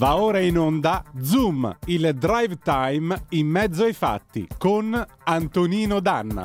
Va ora in onda Zoom, il drive time in mezzo ai fatti con Antonino Danna.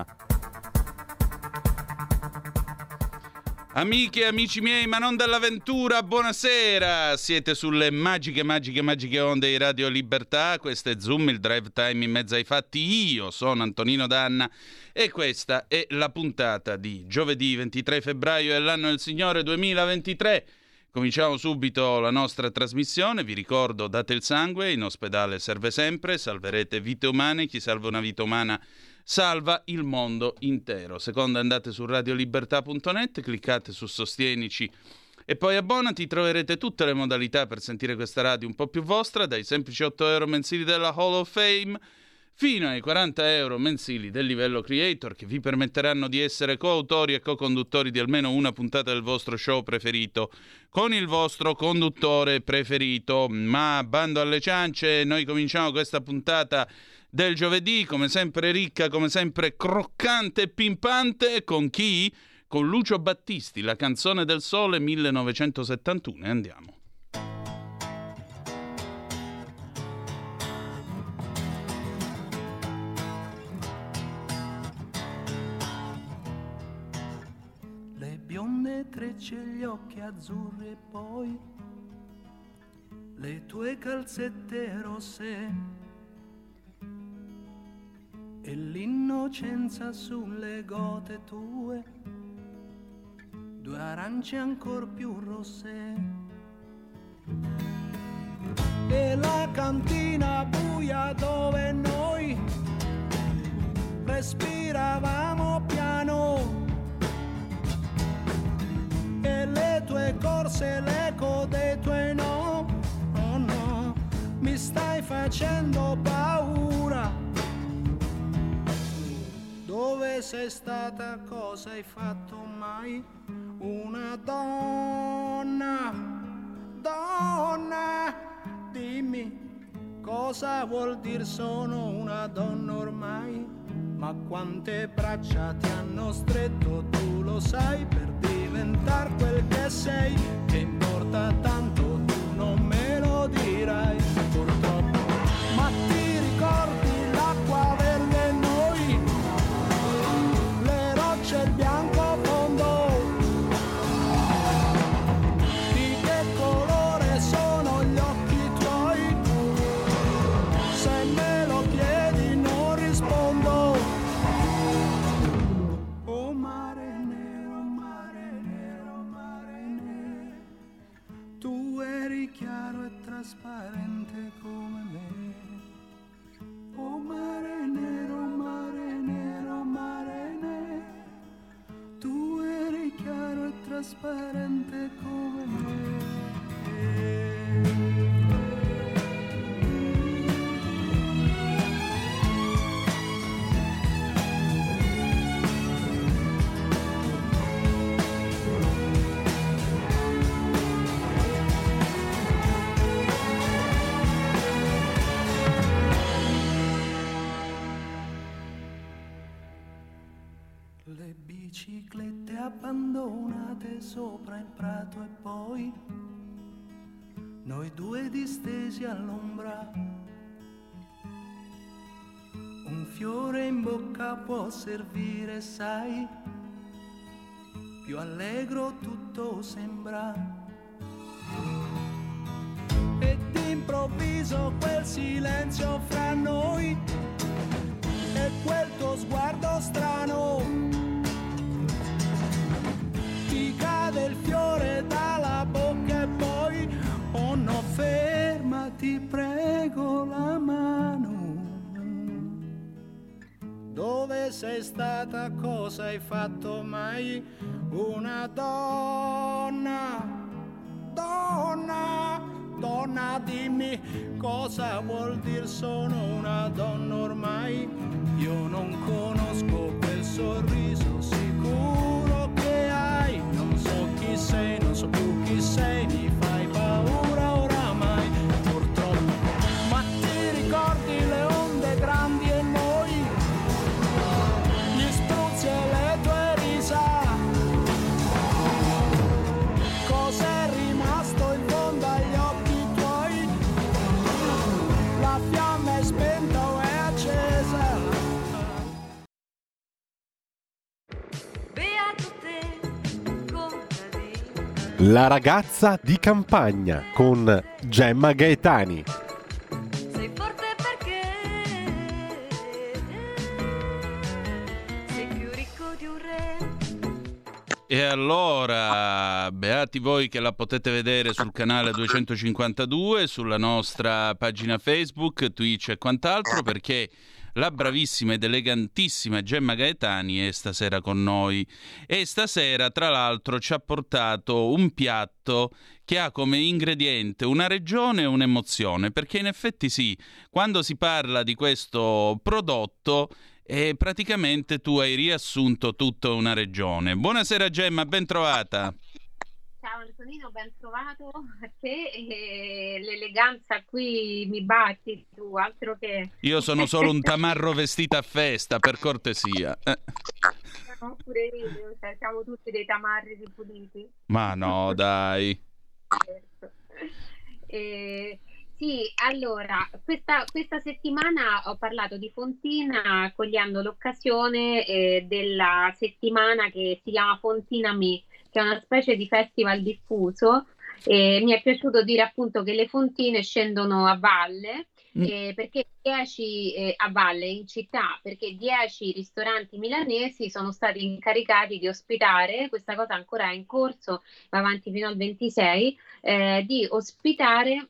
Amiche e amici miei, ma non dall'avventura, buonasera! Siete sulle magiche onde di Radio Libertà. Questo è Zoom, il drive time in mezzo ai fatti. Io sono Antonino Danna e questa è la puntata di giovedì 23 febbraio dell'anno del Signore 2023. Cominciamo subito la nostra trasmissione. Vi ricordo, date il sangue, in ospedale serve sempre, salverete vite umane, chi salva una vita umana salva il mondo intero. Secondo, andate su radiolibertà.net, cliccate su Sostienici e poi abbonati, troverete tutte le modalità per sentire questa radio un po' più vostra, dai semplici 8 euro mensili della Hall of Fame fino ai 40 euro mensili del livello creator, che vi permetteranno di essere coautori e co-conduttori di almeno una puntata del vostro show preferito con il vostro conduttore preferito. Ma bando alle ciance, noi cominciamo questa puntata del giovedì, come sempre ricca, come sempre croccante e pimpante, con chi? Con Lucio Battisti, La canzone del sole 1971. E andiamo. Le bionde trecce, gli occhi azzurri e poi le tue calzette rosse e l'innocenza sulle gote tue, due arance ancor più rosse, e la cantina buia dove noi respiravamo piano, e le tue corse, l'eco dei tuoi no, oh no, mi stai facendo paura. Dove sei stata, cosa hai fatto mai? Una donna, donna, dimmi cosa vuol dire sono una donna ormai? Ma quante braccia ti hanno stretto, tu lo sai, per diventar quel che sei, che importa tanto, tu non me lo dirai, purtroppo. Ma ti ricordi l'acqua verde e noi, le rocce e il bianco fondo, di che colore sono gli occhi tuoi? Se me lo chiedi non rispondo. Oh mare nero, mare nero, mare nero, tu eri chiaro e trasparente come me. Oh mare nero, mare nero, mare nero, tu eri chiaro e trasparente come me. Le biciclette abbandonate sopra il prato e poi noi due distesi all'ombra, un fiore in bocca può servire, sai, più allegro tutto sembra, e d'improvviso quel silenzio fra noi e quel tuo sguardo strano, ti cade il fiore dalla bocca e poi, oh no, fermati, prego la mano. Dove sei stata, cosa hai fatto mai? Una donna, donna, donna, dimmi cosa vuol dire sono una donna ormai. Io non conosco quel sorriso sicuro che hai, non so chi sei, non so più chi sei, mi fai paura oramai, purtroppo. Ma ti ricordi le onde grandi e noi, gli spruzzi e le tue risa? Cos'è rimasto in fondo agli occhi tuoi? La ragazza di campagna con Gemma Gaetani. Sei forte perché sei più ricco di un re. E allora, beati voi che la potete vedere sul canale 252, sulla nostra pagina Facebook, Twitch e quant'altro, perché la bravissima ed elegantissima Gemma Gaetani è stasera con noi. E stasera, tra l'altro, ci ha portato un piatto che ha come ingrediente una regione e un'emozione, perché in effetti sì, quando si parla di questo prodotto, praticamente tu hai riassunto tutta una regione. Buonasera Gemma, ben trovata. Ciao Antonino, ben trovato a te, e l'eleganza qui mi batti tu, altro che... Io sono solo un tamarro vestito a festa, per cortesia. No, pure io, cioè, siamo tutti dei tamarri ripuliti. Ma no, dai. Certo. Sì, allora, questa settimana ho parlato di Fontina cogliendo l'occasione della settimana che si chiama Fontina Me, che è una specie di festival diffuso. Mi è piaciuto dire appunto che le fontine scendono a valle, perché 10 a valle in città, perché 10 ristoranti milanesi sono stati incaricati di ospitare, questa cosa ancora è in corso, va avanti fino al 26, di ospitare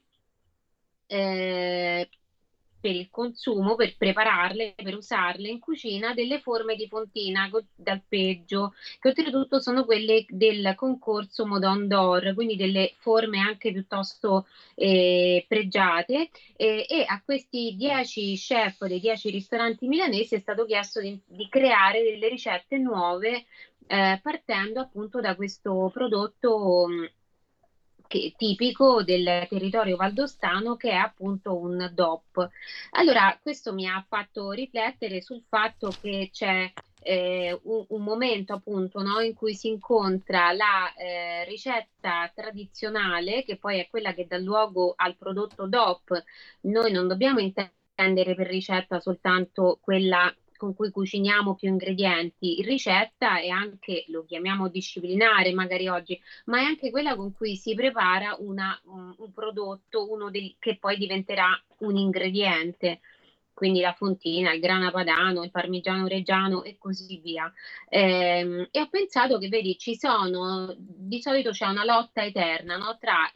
per il consumo, per prepararle, per usarle in cucina, delle forme di fontina d'alpeggio, che oltretutto sono quelle del concorso Modon d'Or, quindi delle forme anche piuttosto pregiate, e a questi 10 chef dei 10 ristoranti milanesi è stato chiesto di creare delle ricette nuove, partendo appunto da questo prodotto tipico del territorio valdostano, che è appunto un DOP. Allora, questo mi ha fatto riflettere sul fatto che c'è un momento appunto, no, in cui si incontra la ricetta tradizionale, che poi è quella che dà luogo al prodotto DOP. Noi non dobbiamo intendere per ricetta soltanto quella con cui cuciniamo più ingredienti. Ricetta è anche, lo chiamiamo disciplinare magari oggi, ma è anche quella con cui si prepara un prodotto, che poi diventerà un ingrediente. Quindi la fontina, il grana padano, il parmigiano reggiano e così via. E ho pensato che, vedi, di solito c'è una lotta eterna, no, tra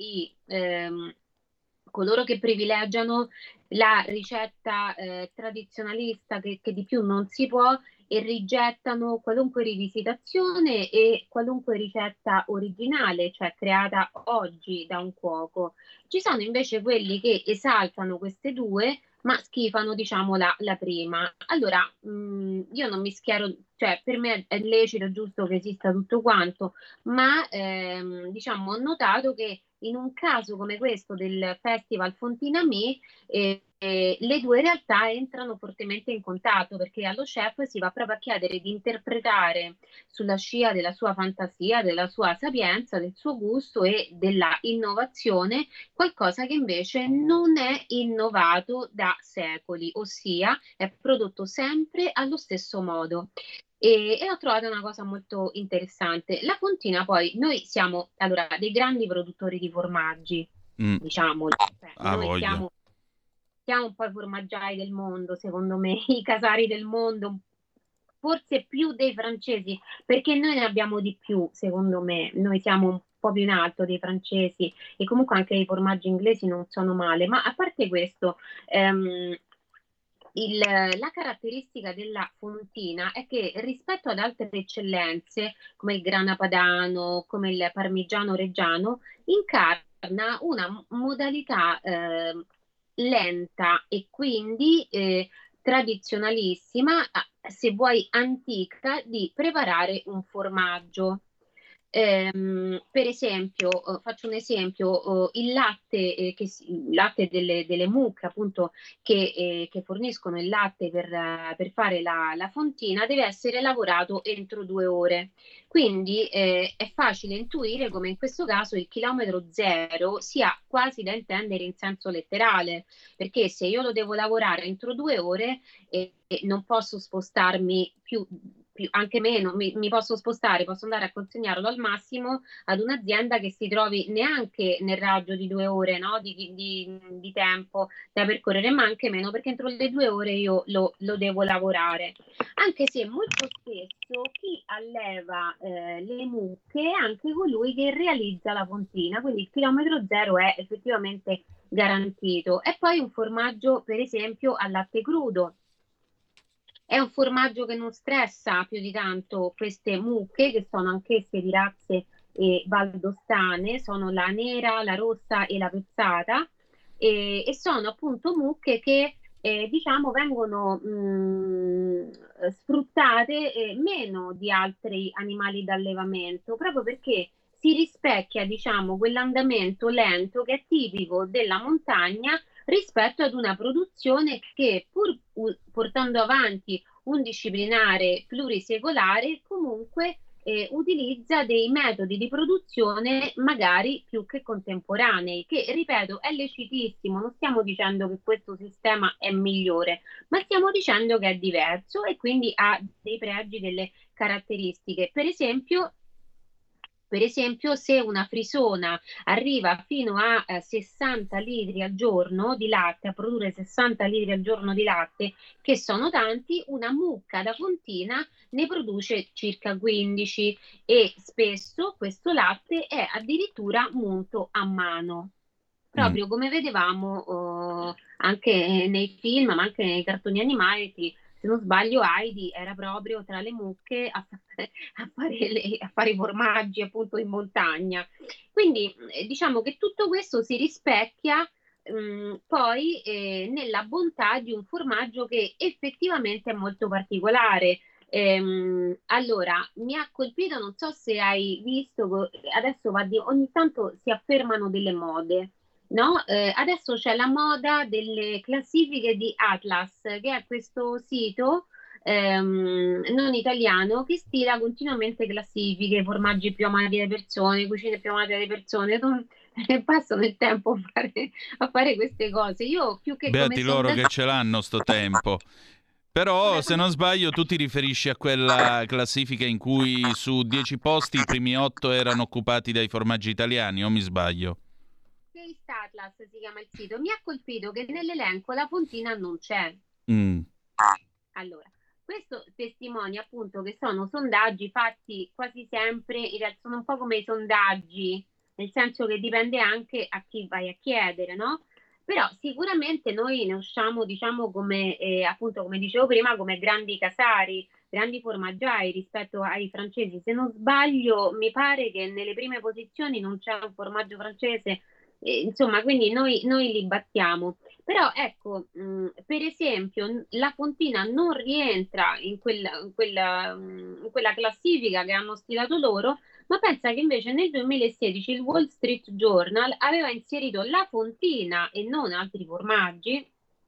coloro che privilegiano la ricetta tradizionalista che di più non si può, e rigettano qualunque rivisitazione e qualunque ricetta originale, cioè creata oggi da un cuoco. Ci sono invece quelli che esaltano queste due, ma schifano, diciamo, la prima. Allora, io non mi schiero, cioè per me è lecito, è giusto che esista tutto quanto, ma diciamo, ho notato che in un caso come questo del Festival Fontina Me, le due realtà entrano fortemente in contatto, perché allo chef si va proprio a chiedere di interpretare sulla scia della sua fantasia, della sua sapienza, del suo gusto e della innovazione, qualcosa che invece non è innovato da secoli, ossia è prodotto sempre allo stesso modo. E ho trovato una cosa molto interessante. La Fontina, poi, noi siamo allora dei grandi produttori di formaggi, diciamolo. Noi siamo un po' i formaggiai del mondo, secondo me, i casari del mondo, forse più dei francesi, perché noi ne abbiamo di più, secondo me. Noi siamo un po' più in alto dei francesi, e comunque anche i formaggi inglesi non sono male. Ma a parte questo, la caratteristica della fontina è che rispetto ad altre eccellenze come il grana padano, come il parmigiano reggiano, incarna una modalità lenta e quindi tradizionalissima, se vuoi antica, di preparare un formaggio. Per esempio, faccio un esempio, il latte, il latte delle mucche, appunto, che forniscono il latte per fare la fontina, deve essere lavorato entro 2 ore. Quindi è facile intuire come in questo caso il chilometro zero sia quasi da intendere in senso letterale, perché se io lo devo lavorare entro 2 ore, non posso spostarmi più anche meno, mi posso spostare, posso andare a consegnarlo al massimo ad un'azienda che si trovi neanche nel raggio di 2 ore, no, di tempo da percorrere, ma anche meno, perché entro le 2 ore io lo devo lavorare. Anche se molto spesso chi alleva le mucche è anche colui che realizza la fontina, quindi il chilometro zero è effettivamente garantito. E poi un formaggio, per esempio, al latte crudo. È un formaggio che non stressa più di tanto queste mucche, che sono anch'esse di razze valdostane, sono la nera, la rossa e la pezzata, e sono appunto mucche che diciamo vengono sfruttate meno di altri animali d'allevamento, proprio perché si rispecchia, diciamo, quell'andamento lento che è tipico della montagna rispetto ad una produzione che, pur portando avanti un disciplinare plurisecolare, comunque utilizza dei metodi di produzione magari più che contemporanei, che, ripeto, è lecitissimo. Non stiamo dicendo che questo sistema è migliore, ma stiamo dicendo che è diverso e quindi ha dei pregi, delle caratteristiche. Per esempio, se una frisona arriva fino a 60 litri al giorno di latte, a produrre 60 litri al giorno di latte, che sono tanti, una mucca da fontina ne produce circa 15, e spesso questo latte è addirittura munto a mano. Proprio come vedevamo anche nei film, ma anche nei cartoni animati. Se non sbaglio, Heidi era proprio tra le mucche a fare i formaggi appunto in montagna. Quindi diciamo che tutto questo si rispecchia poi nella bontà di un formaggio che effettivamente è molto particolare. Allora, mi ha colpito, non so se hai visto, adesso ogni tanto si affermano delle mode. No? Adesso c'è la moda delle classifiche di Atlas, che è questo sito non italiano che stila continuamente classifiche, formaggi più amati dalle persone, cucine più amate dalle persone. Passano il tempo a fare queste cose. Io più che beati loro che ce l'hanno sto tempo. Però, se non sbaglio, tu ti riferisci a quella classifica in cui su 10 posti i primi 8 erano occupati dai formaggi italiani, o mi sbaglio? Atlas si chiama il sito. Mi ha colpito che nell'elenco la fontina non c'è. Allora, questo testimonia appunto che sono sondaggi fatti quasi sempre, in realtà sono un po' come i sondaggi, nel senso che dipende anche a chi vai a chiedere, no? Però sicuramente noi ne usciamo, diciamo, come appunto, come dicevo prima, come grandi casari, grandi formaggiai rispetto ai francesi. Se non sbaglio, mi pare che nelle prime posizioni non c'è un formaggio francese. Insomma, quindi noi li battiamo. Però ecco, per esempio, la fontina non rientra in quella classifica che hanno stilato loro, ma pensa che invece nel 2016 il Wall Street Journal aveva inserito la fontina e non altri formaggi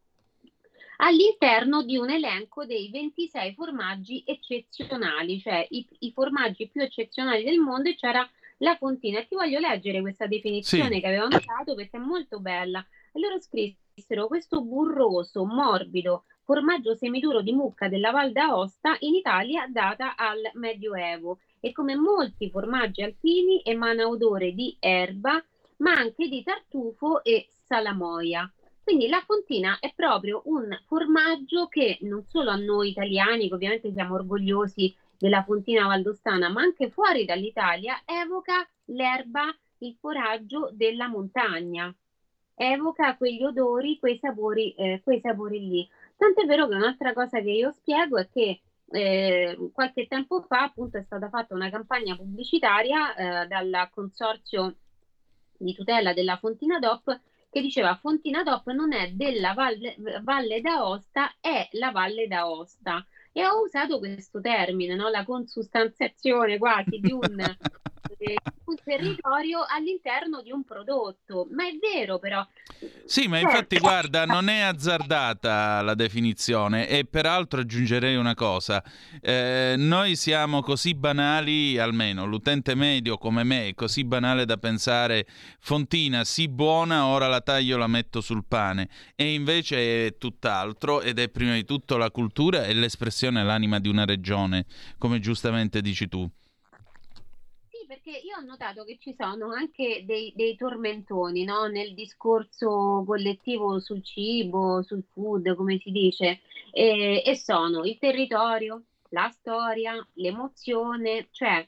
all'interno di un elenco dei 26 formaggi eccezionali, cioè i formaggi più eccezionali del mondo, e c'era la fontina. E ti voglio leggere questa definizione che avevano dato, perché è molto bella. E loro scrissero: questo burroso, morbido formaggio semiduro di mucca della Val d'Aosta in Italia data al Medioevo, e come molti formaggi alpini emana odore di erba, ma anche di tartufo e salamoia. Quindi la fontina è proprio un formaggio che non solo a noi italiani, che ovviamente siamo orgogliosi della fontina valdostana, ma anche fuori dall'Italia, evoca l'erba, il foraggio della montagna, evoca quegli odori, quei sapori lì. Tant'è vero che un'altra cosa che io spiego è che qualche tempo fa appunto è stata fatta una campagna pubblicitaria dal consorzio di tutela della Fontina DOP, che diceva: Fontina DOP non è della Valle d'Aosta, è la Valle d'Aosta. E ho usato questo termine, no? La consustanziazione quasi di un un territorio all'interno di un prodotto. Ma è vero, però. Sì, ma infatti guarda, non è azzardata la definizione e peraltro aggiungerei una cosa. Noi siamo così banali, almeno l'utente medio come me è così banale da pensare fontina sì buona, ora la taglio, la metto sul pane, e invece è tutt'altro ed è prima di tutto la cultura e l'espressione, l'anima di una regione, come giustamente dici tu. Sì, perché io ho notato che ci sono anche dei tormentoni, no? Nel discorso collettivo sul cibo, sul food, come si dice, e sono il territorio, la storia, l'emozione, cioè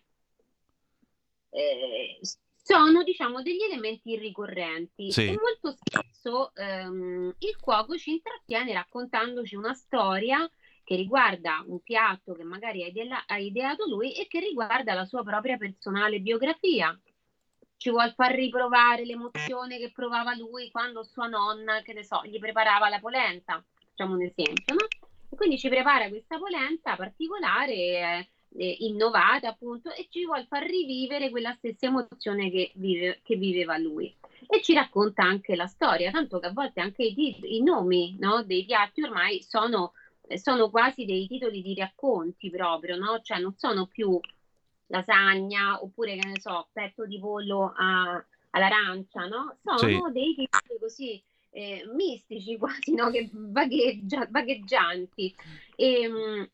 eh, sono, diciamo, degli elementi ricorrenti e Sì, molto spesso il cuoco ci intrattiene raccontandoci una storia che riguarda un piatto che magari ha ideato lui e che riguarda la sua propria personale biografia. Ci vuol far riprovare l'emozione che provava lui quando sua nonna, che ne so, gli preparava la polenta, facciamo un esempio, no? E quindi ci prepara questa polenta particolare, innovata appunto, e ci vuol far rivivere quella stessa emozione che viveva lui. E ci racconta anche la storia, tanto che a volte anche i nomi, no, dei piatti ormai sono quasi dei titoli di racconti proprio, no? Cioè non sono più lasagna oppure, che ne so, petto di pollo all'arancia, no? sì. Sono dei titoli così mistici quasi, no? Che vagheggianti. E,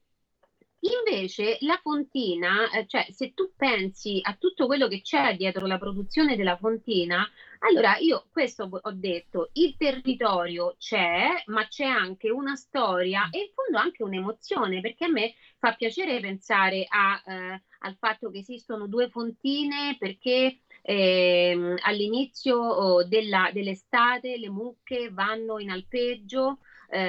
invece la fontina, cioè se tu pensi a tutto quello che c'è dietro la produzione della fontina, allora io questo ho detto, il territorio c'è, ma c'è anche una storia e in fondo anche un'emozione, perché a me fa piacere pensare al fatto che esistono due fontine perché all'inizio dell'estate le mucche vanno in alpeggio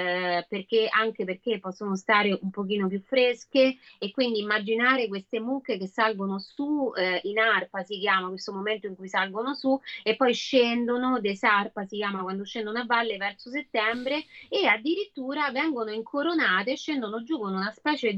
anche perché possono stare un pochino più fresche e quindi immaginare queste mucche che salgono su in arpa si chiama questo momento in cui salgono su e poi scendono, desarpa si chiama quando scendono a valle verso settembre e addirittura vengono incoronate, scendono giù con una specie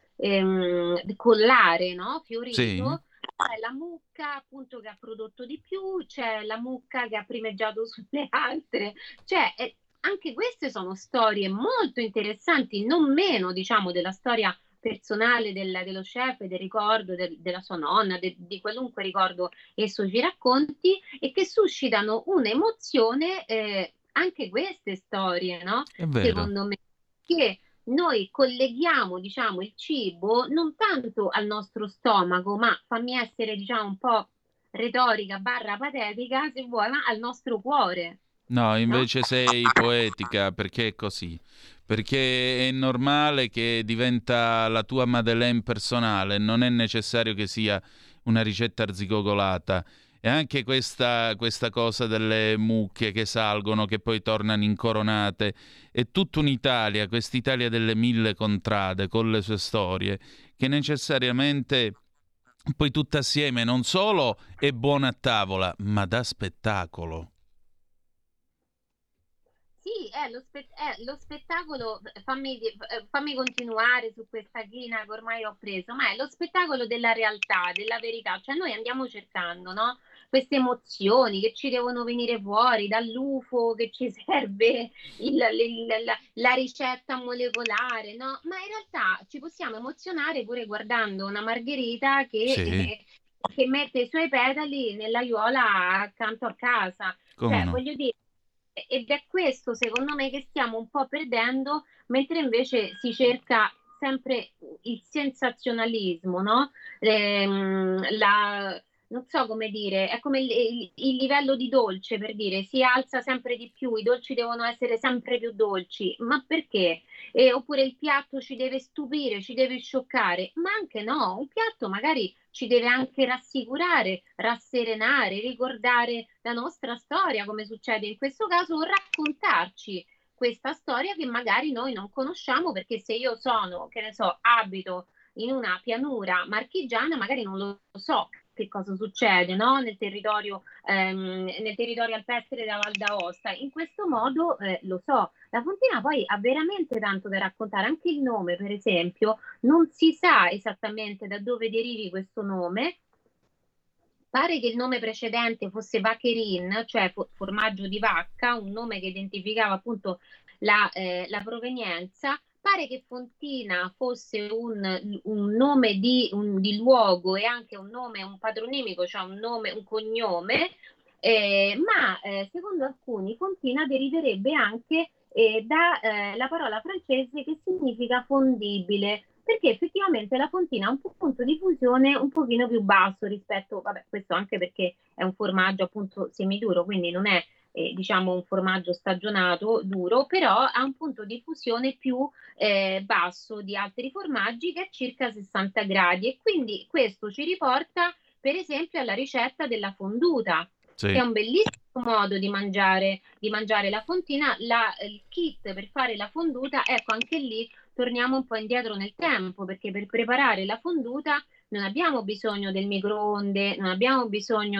di collare, no? Sì. Fiorito. C'è la mucca appunto che ha prodotto di più, c'è la mucca che ha primeggiato sulle altre, cioè anche queste sono storie molto interessanti, non meno diciamo della storia personale dello chef, del ricordo della sua nonna, di qualunque ricordo esso ci racconti e che suscitano un'emozione anche queste storie, no? È vero. Secondo me, che noi colleghiamo, diciamo, il cibo non tanto al nostro stomaco, ma fammi essere, diciamo, un po' retorica barra patetica, se vuoi, ma al nostro cuore, No, no? invece sei poetica perché è così. Perché è normale che diventa la tua Madeleine personale, non è necessario che sia una ricetta arzigogolata. E anche questa cosa delle mucche che salgono, che poi tornano incoronate, è tutta un'Italia, quest'Italia delle mille contrade, con le sue storie, che necessariamente poi tutta assieme non solo è buona a tavola, ma dà spettacolo. Sì, lo spettacolo, fammi continuare su questa china che ormai ho preso, ma è lo spettacolo della realtà, della verità, cioè noi andiamo cercando, no? Queste emozioni che ci devono venire fuori dall'UFO che ci serve la ricetta molecolare, no? Ma in realtà ci possiamo emozionare pure guardando una margherita Sì, che mette i suoi petali nell'aiuola accanto a casa. come Cioè, no? voglio dire, ed è questo secondo me che stiamo un po' perdendo, mentre invece si cerca sempre il sensazionalismo, no? Non so come dire, è come il livello di dolce, per dire, si alza sempre di più, i dolci devono essere sempre più dolci, ma perché? Oppure il piatto ci deve stupire, ci deve scioccare, ma anche no, un piatto magari ci deve anche rassicurare, rasserenare, ricordare la nostra storia, come succede in questo caso, o raccontarci questa storia che magari noi non conosciamo, perché se io sono, che ne so, abito in una pianura marchigiana, magari non lo so che cosa succede, no? Nel territorio alpestre della Val d'Aosta. In questo modo lo so. La Fontina poi ha veramente tanto da raccontare, anche il nome, per esempio, non si sa esattamente da dove derivi questo nome, Pare che il nome precedente fosse Vacherin, cioè formaggio di vacca, un nome che identificava appunto la provenienza. Pare che Fontina fosse un nome di luogo e anche un nome, un patronimico, cioè un nome, un cognome, ma secondo alcuni Fontina deriverebbe anche dalla parola francese che significa fondibile, perché effettivamente la fontina ha un punto di fusione un pochino più basso rispetto, vabbè, questo anche perché è un formaggio appunto semiduro, quindi non è diciamo un formaggio stagionato duro, però ha un punto di fusione più basso di altri formaggi, che è circa 60 gradi, e quindi questo ci riporta per esempio alla ricetta della fonduta, Sì. che è un bellissimo modo di mangiare la fontina. Il kit per fare la fonduta, ecco, anche lì torniamo un po' indietro nel tempo, perché per preparare la fonduta non abbiamo bisogno del microonde, non abbiamo bisogno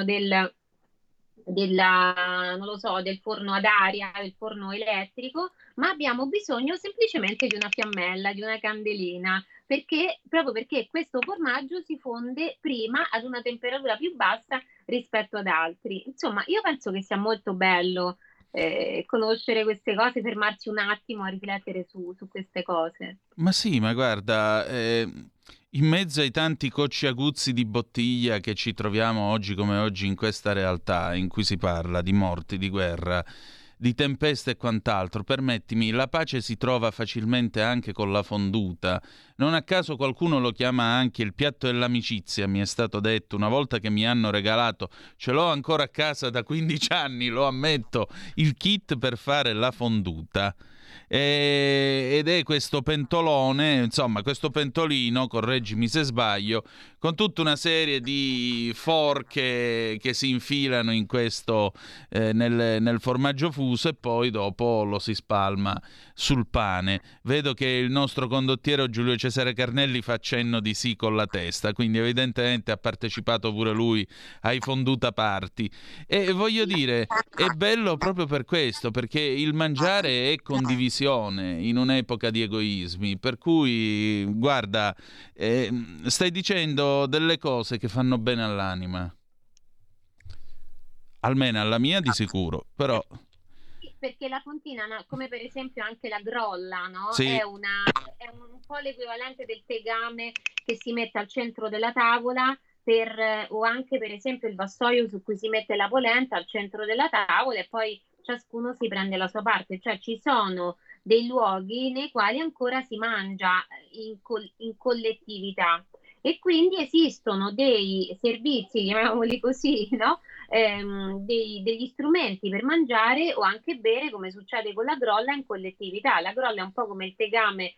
non lo so, del forno ad aria, del forno elettrico, ma abbiamo bisogno semplicemente di una fiammella, di una candelina, proprio perché questo formaggio si fonde prima ad una temperatura più bassa rispetto ad altri. Insomma, io penso che sia molto bello conoscere queste cose, fermarsi un attimo a riflettere su queste cose. Ma sì, ma guarda, in mezzo ai tanti cocci aguzzi di bottiglia che ci troviamo oggi come oggi in questa realtà in cui si parla di morti, di guerra, di tempeste e quant'altro, permettimi, la pace si trova facilmente anche con la fonduta. Non a caso qualcuno lo chiama anche il piatto dell'amicizia, mi è stato detto una volta che mi hanno regalato, ce l'ho ancora a casa da 15 anni, lo ammetto, il kit per fare la fonduta. Ed è questo pentolone, insomma questo pentolino, correggimi se sbaglio, con tutta una serie di forche che si infilano in questo nel formaggio fuso, e poi dopo lo si spalma sul pane. Vedo che il nostro condottiero Giulio Cesare Carnelli fa cenno di sì con la testa, quindi evidentemente ha partecipato pure lui ai fonduta party, e voglio dire è bello proprio per questo, perché il mangiare è condivisione in un'epoca di egoismi, per cui guarda, stai dicendo delle cose che fanno bene all'anima, almeno alla mia di sicuro, però perché la fontina, no, come per esempio anche la grolla, no? sì. È un po' l'equivalente del tegame che si mette al centro della tavola, o anche per esempio il vassoio su cui si mette la polenta al centro della tavola, e poi ciascuno si prende la sua parte. Cioè ci sono dei luoghi nei quali ancora si mangia in collettività, e quindi esistono dei servizi, chiamiamoli così, no? Degli strumenti per mangiare o anche bere, come succede con la grolla, in collettività. La grolla è un po' come il tegame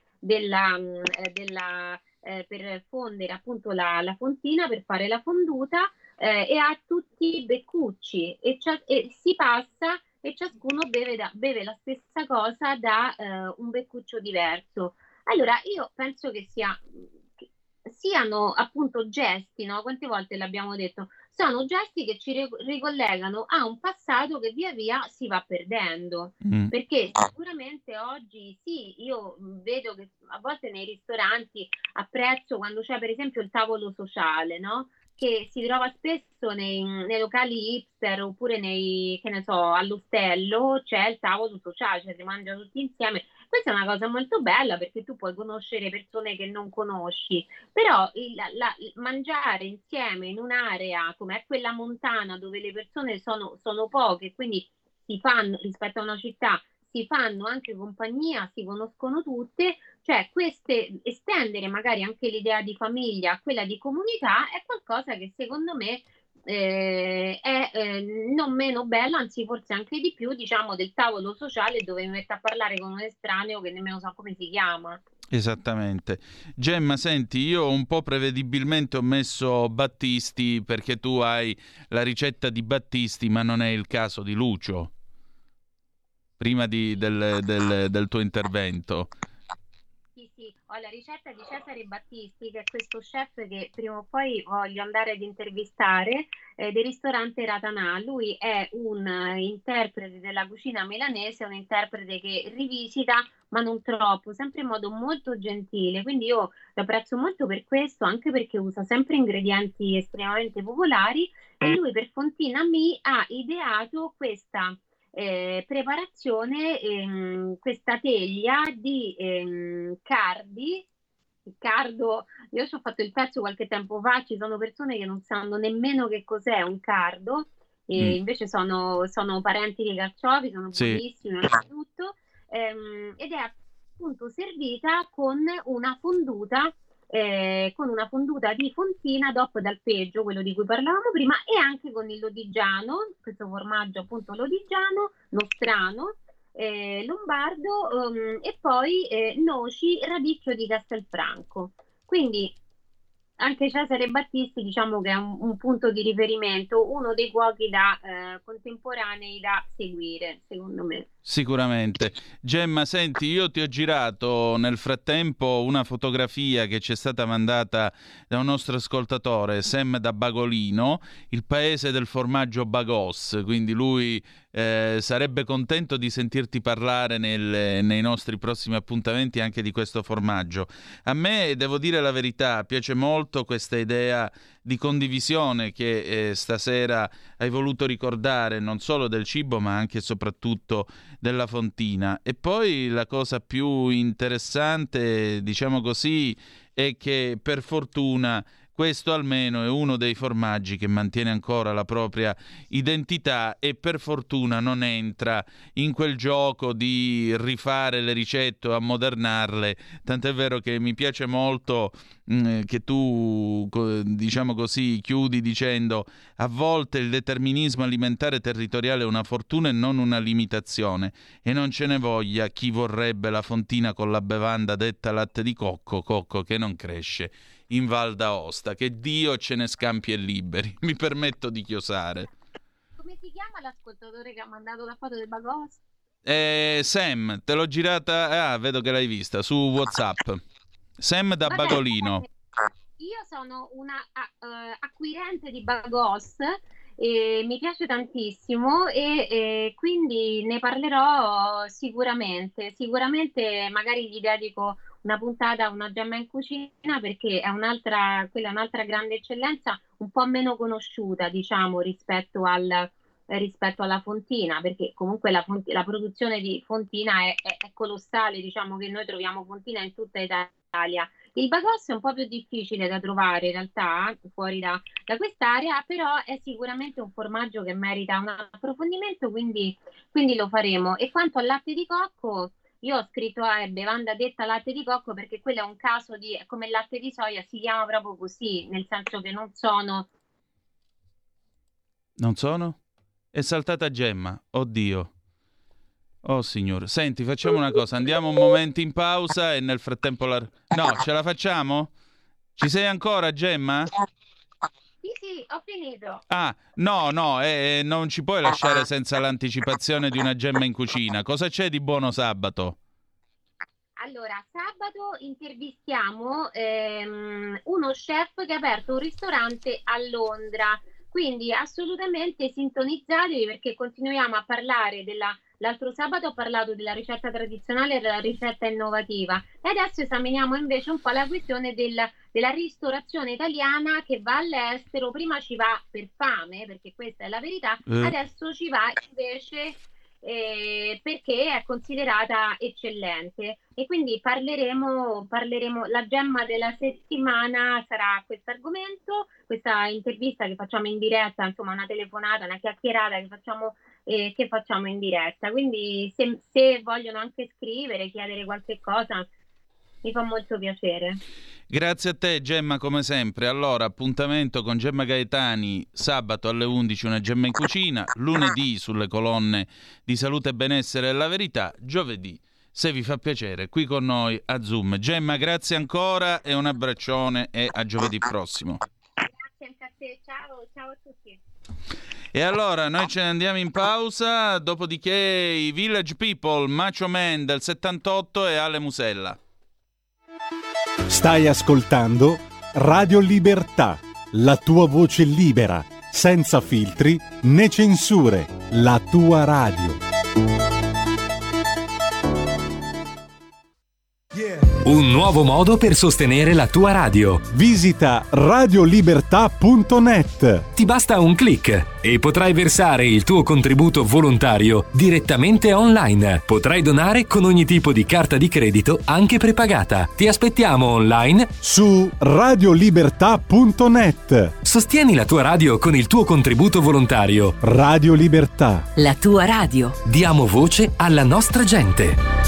per fondere appunto la fontina, per fare la fonduta, e ha tutti i beccucci, e si passa, e ciascuno beve la stessa cosa da un beccuccio diverso. Allora io penso che siano appunto gesti, no? Quante volte l'abbiamo detto? Sono gesti che ci ricollegano a un passato che via via si va perdendo. Perché sicuramente oggi sì, io vedo che a volte nei ristoranti apprezzo quando c'è per esempio il tavolo sociale, no? Che si trova spesso nei locali hipster, oppure che ne so, all'ostello c'è il tavolo sociale, cioè si mangia tutti insieme. Questa è una cosa molto bella, perché tu puoi conoscere persone che non conosci, però mangiare insieme in un'area come è quella montana, dove le persone sono poche, quindi si fanno, rispetto a una città, si fanno anche compagnia, si conoscono tutte, cioè estendere magari anche l'idea di famiglia a quella di comunità è qualcosa che secondo me è non meno bello, anzi forse anche di più, diciamo, del tavolo sociale dove mi metto a parlare con un estraneo che nemmeno so come si chiama. Esattamente. Gemma, senti, io un po' prevedibilmente ho messo Battisti perché tu hai la ricetta di Battisti, ma non è il caso di Lucio, prima del tuo intervento. Sì, ho la ricetta di Cesare Battisti, che è questo chef che prima o poi voglio andare ad intervistare, del ristorante Ratanà. Lui è un interprete della cucina milanese, un interprete che rivisita ma non troppo, sempre in modo molto gentile, quindi io lo apprezzo molto per questo, anche perché usa sempre ingredienti estremamente popolari, e lui per Fontina Mi ha ideato questa preparazione, questa teglia di cardi. Il cardo, io ci ho fatto il pezzo qualche tempo fa, ci sono persone che non sanno nemmeno che cos'è un cardo, e invece sono parenti dei carciofi, sono buonissimi tutto, ed è appunto servita con una fonduta di fontina DOP d'alpeggio, quello di cui parlavamo prima, e anche con il lodigiano, questo formaggio appunto lodigiano, nostrano, lombardo, e poi noci, radicchio di Castelfranco. Quindi anche Cesare Battisti, diciamo che è un punto di riferimento, uno dei cuochi contemporanei da seguire, secondo me. Sicuramente. Gemma, senti, io ti ho girato nel frattempo una fotografia che ci è stata mandata da un nostro ascoltatore, Sam da Bagolino, il paese del formaggio Bagos, quindi lui sarebbe contento di sentirti parlare nei nostri prossimi appuntamenti anche di questo formaggio. A me, devo dire la verità, piace molto questa idea di condivisione che stasera hai voluto ricordare, non solo del cibo ma anche e soprattutto della fontina. E poi la cosa più interessante, diciamo così, è che per fortuna questo almeno è uno dei formaggi che mantiene ancora la propria identità e per fortuna non entra in quel gioco di rifare le ricette o ammodernarle, tant'è vero che mi piace molto che tu, diciamo così, chiudi dicendo: a volte il determinismo alimentare territoriale è una fortuna e non una limitazione, e non ce ne voglia chi vorrebbe la fontina con la bevanda detta latte di cocco che non cresce in Val d'Aosta. Che Dio ce ne scampi e liberi. Mi permetto di chiosare. Come si chiama l'ascoltatore che ha mandato la foto del Bagos? Sam, te l'ho girata, vedo che l'hai vista su WhatsApp. Sam da Bagolino. Io sono una acquirente di Bagos, mi piace tantissimo, e quindi ne parlerò sicuramente. Sicuramente magari gli dedico una puntata a una gemma in cucina, perché quella è un'altra grande eccellenza, un po' meno conosciuta, diciamo, rispetto alla fontina, perché comunque la produzione di fontina è colossale, diciamo che noi troviamo fontina in tutta Italia. Il Bagos è un po' più difficile da trovare in realtà fuori da quest'area, però è sicuramente un formaggio che merita un approfondimento, quindi lo faremo. E quanto al latte di cocco, io ho scritto bevanda detta latte di cocco perché quello è un caso di, come il latte di soia, si chiama proprio così, nel senso che non sono? È saltata Gemma, oddio. Oh signore, senti, facciamo una cosa, andiamo un momento in pausa e nel frattempo No, ce la facciamo? Ci sei ancora, Gemma? Sì, ho finito. No, non ci puoi lasciare senza l'anticipazione di una gemma in cucina. Cosa c'è di buono sabato? Allora, sabato intervistiamo uno chef che ha aperto un ristorante a Londra, quindi assolutamente sintonizzatevi, perché continuiamo a parlare l'altro sabato ho parlato della ricetta tradizionale e della ricetta innovativa, e adesso esaminiamo invece un po' la questione della ristorazione italiana che va all'estero. Prima ci va per fame, perché questa è la verità, adesso ci va invece perché è considerata eccellente, e quindi parleremo, la gemma della settimana sarà questo argomento, questa intervista che facciamo in diretta, insomma una telefonata, una chiacchierata che facciamo in diretta. Quindi se vogliono anche scrivere, chiedere qualche cosa, mi fa molto piacere. Grazie a te Gemma, come sempre. Allora, appuntamento con Gemma Gaetani sabato alle 11, una gemma in cucina, lunedì sulle colonne di Salute e Benessere e La Verità, giovedì, se vi fa piacere, qui con noi a Zoom. Gemma, grazie ancora e un abbraccione, e a giovedì prossimo. Grazie anche a te, ciao a tutti. E allora noi ce ne andiamo in pausa, dopodiché i Village People, Macho Man del 78 e Ale Musella. Stai ascoltando Radio Libertà, la tua voce libera, senza filtri né censure, la tua radio. Un nuovo modo per sostenere la tua radio. Visita radiolibertà.net. Ti basta un click e potrai versare il tuo contributo volontario direttamente online. Potrai donare con ogni tipo di carta di credito, anche prepagata. Ti aspettiamo online su radiolibertà.net. Sostieni la tua radio con il tuo contributo volontario. Radio Libertà. La tua radio. Diamo voce alla nostra gente.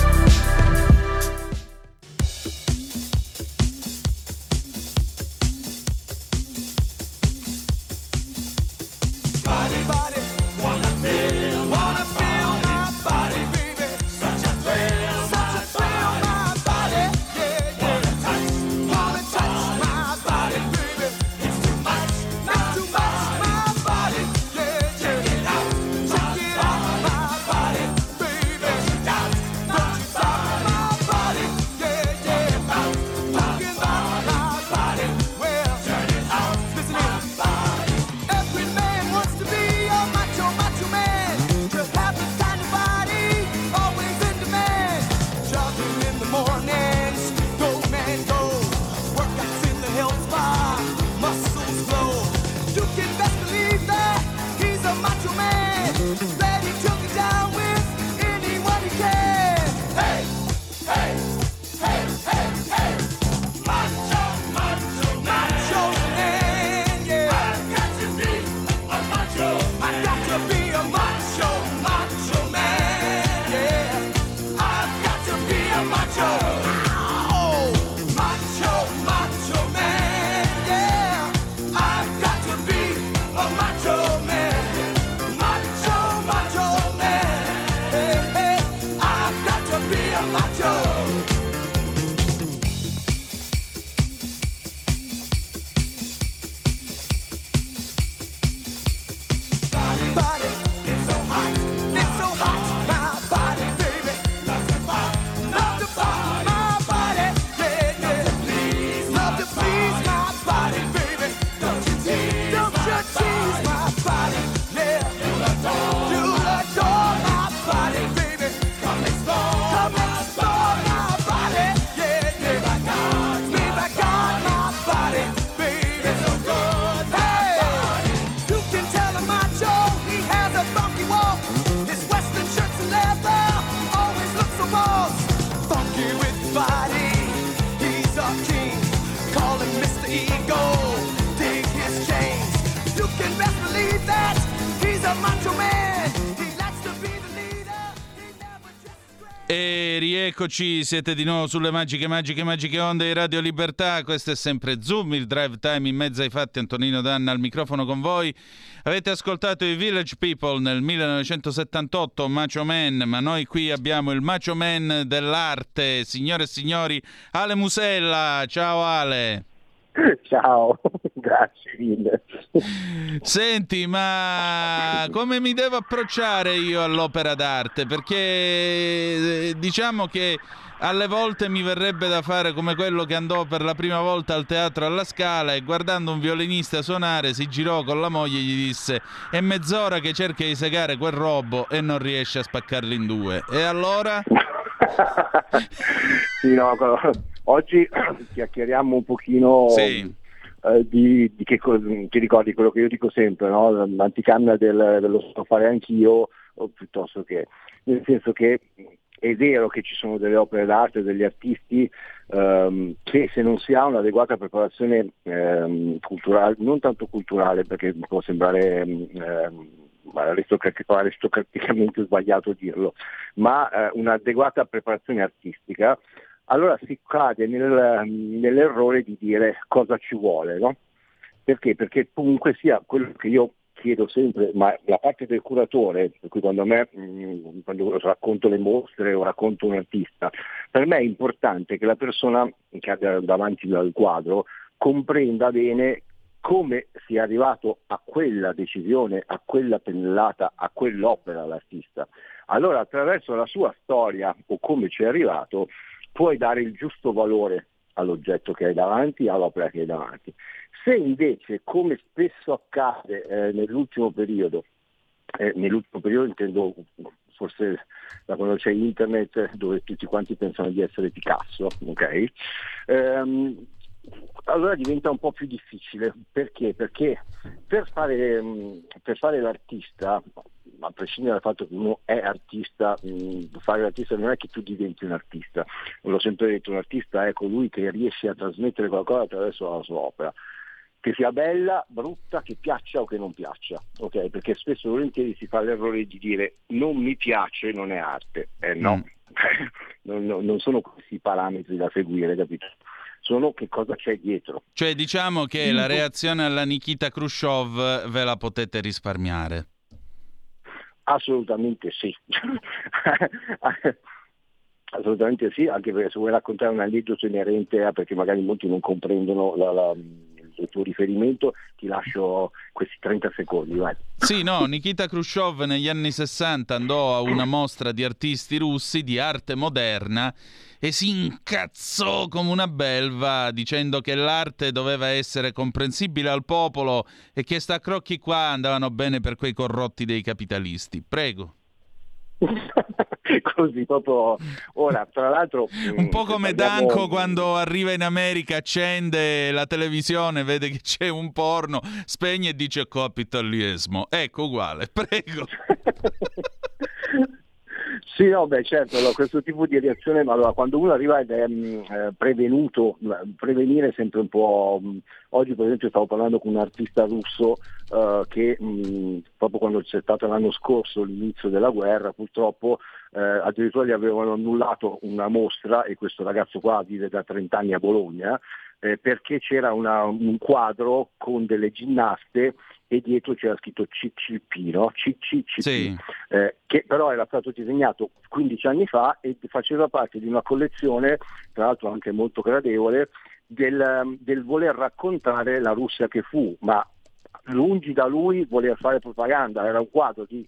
E rieccoci, siete di nuovo sulle magiche onde di Radio Libertà. Questo è sempre Zoom, il drive time in mezzo ai fatti. Antonino Danna al microfono con voi. Avete ascoltato i Village People nel 1978, Macho Man, ma noi qui abbiamo il Macho Man dell'arte, signore e signori, Ale Musella. Ciao Ale. Ciao, grazie mille. Senti, ma come mi devo approcciare io all'opera d'arte? Perché diciamo che alle volte mi verrebbe da fare come quello che andò per la prima volta al teatro alla Scala e guardando un violinista suonare si girò con la moglie e gli disse: è mezz'ora che cerca di segare quel robo e non riesce a spaccarlo in due. E allora? Sì, no, oggi chiacchieriamo un pochino di che ti ricordi quello che io dico sempre, no? L'anticamera dello so fare anch'io, o piuttosto che, nel senso che è vero che ci sono delle opere d'arte, degli artisti che se non si ha un'adeguata preparazione culturale, non tanto culturale perché può sembrare aristocraticamente sbagliato dirlo, ma un'adeguata preparazione artistica, allora si cade nell'errore di dire cosa ci vuole, no? Perché? Perché comunque sia quello che io chiedo sempre, ma la parte del curatore, per cui quando racconto le mostre o racconto un artista, per me è importante che la persona che ha davanti al quadro comprenda bene come sia arrivato a quella decisione, a quella pennellata, a quell'opera l'artista. Allora attraverso la sua storia o come ci è arrivato puoi dare il giusto valore all'oggetto che hai davanti, all'opera che hai davanti. Se invece, come spesso accade nell'ultimo periodo intendo forse da quando c'è internet, dove tutti quanti pensano di essere Picasso, ok? Allora diventa un po' più difficile. Perché? Perché per fare l'artista, a prescindere dal fatto che uno è artista, fare l'artista non è che tu diventi un artista. L'ho sempre detto, un artista è colui che riesce a trasmettere qualcosa attraverso la sua opera, che sia bella, brutta, che piaccia o che non piaccia, ok? Perché spesso e volentieri si fa l'errore di dire non mi piace, non è arte. No, non sono questi i parametri da seguire, capito? Sono che cosa c'è dietro. Cioè diciamo che la reazione alla Nikita Khrushchev ve la potete risparmiare. Assolutamente sì. Assolutamente sì, anche perché se vuoi raccontare un aneddoto inerente a, perché magari molti non comprendono il tuo riferimento, ti lascio questi 30 secondi, vai. Sì, no, Nikita Khrushchev negli anni 60 andò a una mostra di artisti russi di arte moderna e si incazzò come una belva dicendo che l'arte doveva essere comprensibile al popolo e che sta crocchi qua andavano bene per quei corrotti dei capitalisti. Prego. Così proprio. Ora, tra l'altro, un po' come Danko quando arriva in America, accende la televisione, vede che c'è un porno, spegne e dice capitalismo. Ecco, uguale, prego. Sì, no, beh, certo, allora, questo tipo di reazione, ma allora, quando uno arriva ed è prevenuto, prevenire è sempre un po'. Oggi per esempio stavo parlando con un artista russo che proprio quando c'è stato l'anno scorso l'inizio della guerra, purtroppo addirittura gli avevano annullato una mostra, e questo ragazzo qua vive da 30 anni a Bologna, perché c'era un quadro con delle ginnaste e dietro c'era scritto CCP, no? CCCP, sì. Che però era stato disegnato 15 anni fa e faceva parte di una collezione, tra l'altro anche molto gradevole, del voler raccontare la Russia che fu, ma lungi da lui voler fare propaganda. Era un quadro di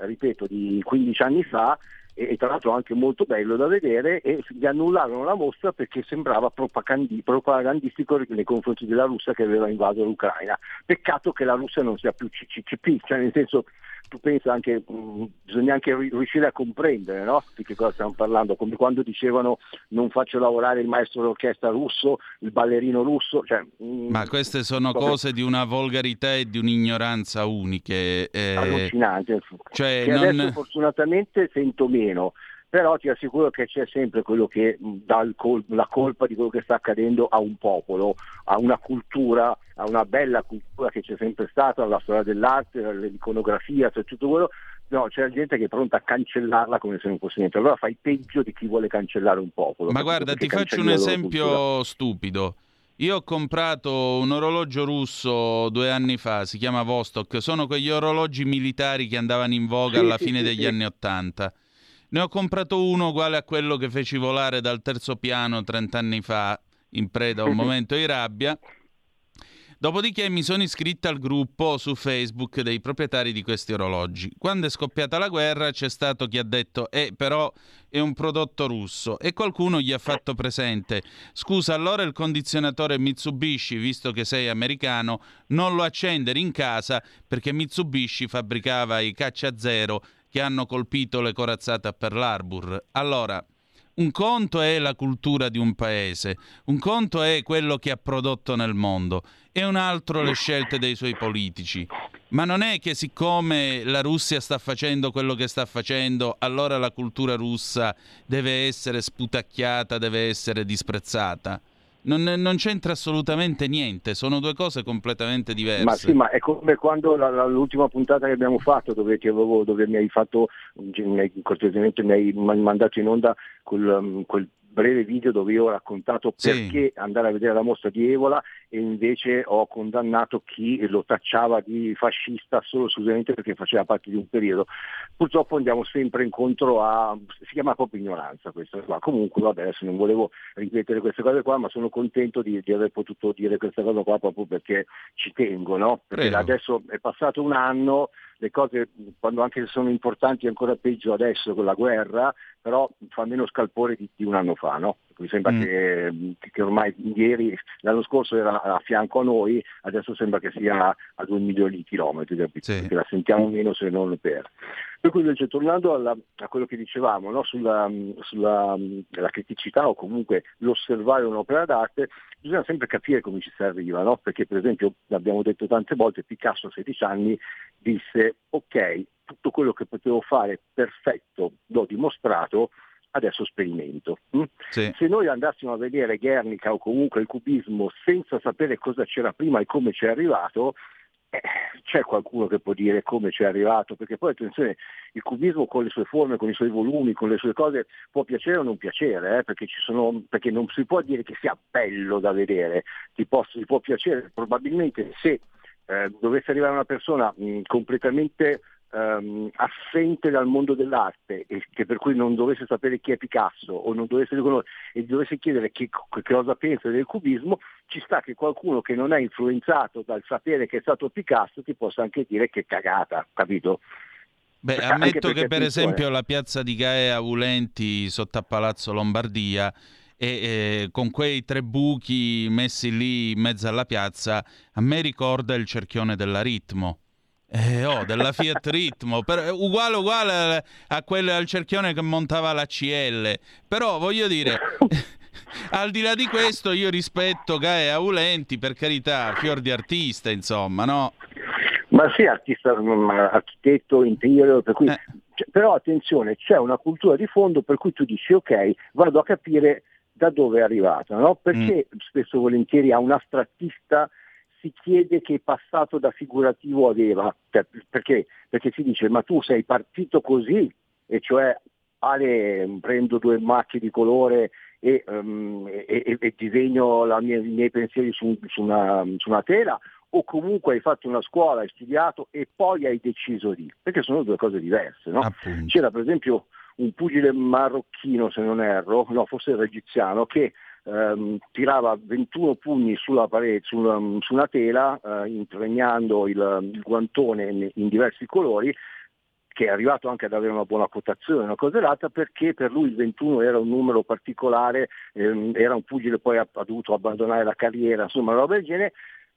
15 anni fa, e tra l'altro anche molto bello da vedere, e gli annullarono la mostra perché sembrava propagandistico nei confronti della Russia che aveva invaso l'Ucraina. Peccato che la Russia non sia più CCCP, cioè nel senso, tu pensa anche, bisogna anche riuscire a comprendere, no? Di che cosa stiamo parlando, come quando dicevano non faccio lavorare il maestro d'orchestra russo, il ballerino russo, cioè, ma queste sono cose di una volgarità e di un'ignoranza uniche, allucinante, cioè che adesso fortunatamente sento meno, però ti assicuro che c'è sempre quello che dà la colpa di quello che sta accadendo a un popolo, a una cultura, a una bella cultura che c'è sempre stata, alla storia dell'arte, all'iconografia, cioè tutto quello. No, c'è gente che è pronta a cancellarla come se non fosse niente. Allora fai peggio di chi vuole cancellare un popolo. Ma guarda, ti faccio un esempio stupido. Io ho comprato un orologio russo 2 anni fa, si chiama Vostok, sono quegli orologi militari che andavano in voga alla fine degli anni '80. Ne ho comprato uno uguale a quello che feci volare dal terzo piano 30 anni fa, in preda a un momento di rabbia. Dopodiché mi sono iscritto al gruppo su Facebook dei proprietari di questi orologi. Quando è scoppiata la guerra c'è stato chi ha detto però è un prodotto russo, e qualcuno gli ha fatto presente: scusa, allora il condizionatore Mitsubishi, visto che sei americano, non lo accendere in casa perché Mitsubishi fabbricava i caccia zero che hanno colpito le corazzate a Pearl Harbor. Allora, un conto è la cultura di un paese, un conto è quello che ha prodotto nel mondo, e un altro le scelte dei suoi politici. Ma non è che siccome la Russia sta facendo quello che sta facendo, allora la cultura russa deve essere sputacchiata, deve essere disprezzata. Non c'entra assolutamente niente, sono due cose completamente diverse. Ma sì, ma è come quando l'ultima puntata che abbiamo fatto, dove mi hai fatto, cortesemente mi hai mandato in onda quel breve video dove io ho raccontato perché andare a vedere la mostra di Evola, e invece ho condannato chi lo tacciava di fascista solo esclusivamente perché faceva parte di un periodo. Purtroppo andiamo sempre incontro si chiama proprio ignoranza questa qua. Comunque vabbè, adesso non volevo ripetere queste cose qua, ma sono contento di aver potuto dire questa cosa qua proprio perché ci tengo, no? Perché adesso è passato un anno, le cose, quando anche se sono importanti, ancora peggio adesso con la guerra, però fa meno scalpore di un anno fa, no? Mi sembra che ormai ieri, l'anno scorso era a fianco a noi, adesso sembra che sia a 2 milioni di chilometri, Sì. perché la sentiamo meno se non per. Per cui invece tornando a quello che dicevamo, no? sulla la criticità o comunque l'osservare un'opera d'arte, bisogna sempre capire come ci si arriva, no? Perché per esempio, l'abbiamo detto tante volte, Picasso a 16 anni disse ok, tutto quello che potevo fare perfetto l'ho dimostrato, adesso sperimento. Sì. Se noi andassimo a vedere Guernica o comunque il cubismo senza sapere cosa c'era prima e come ci è arrivato, c'è qualcuno che può dire come ci è arrivato, perché poi attenzione, il cubismo con le sue forme, con i suoi volumi, con le sue cose può piacere o non piacere, perché non si può dire che sia bello da vedere, ti può piacere, probabilmente se dovesse arrivare una persona completamente assente dal mondo dell'arte e che per cui non dovesse sapere chi è Picasso o non dovesse riconoscere e dovesse chiedere che cosa pensa del cubismo, ci sta che qualcuno che non è influenzato dal sapere che è stato Picasso ti possa anche dire che cagata, capito? Beh, Anche ammetto perché, che per attenzione, esempio la piazza di Gaea Vulenti sotto a Palazzo Lombardia e con quei 3 buchi messi lì in mezzo alla piazza a me ricorda il cerchione della Ritmo. Della Fiat Ritmo, uguale al cerchione che montava la CL. Però voglio dire, al di là di questo io rispetto Gaea Vulenti, per carità, fior di artista, insomma, no? ma sì, architetto, interior, per cui però attenzione, c'è una cultura di fondo per cui tu dici ok, vado a capire da dove è arrivata, no? Perché spesso e volentieri a un astrattista si chiede che passato da figurativo aveva, perché si dice ma tu sei partito così, e cioè prendo 2 macchie di colore e disegno i miei pensieri su una tela, o comunque hai fatto una scuola, hai studiato e poi hai deciso di, perché sono 2 cose diverse, no? Appunto. C'era per esempio un pugile marocchino, se non erro, no, forse era egiziano, che tirava 21 pugni sulla parete, su una tela, impregnando il guantone in diversi colori, che è arrivato anche ad avere una buona quotazione, una cosa e l'altra, perché per lui il 21 era un numero particolare, era un pugile, poi ha dovuto abbandonare la carriera, insomma una roba del genere.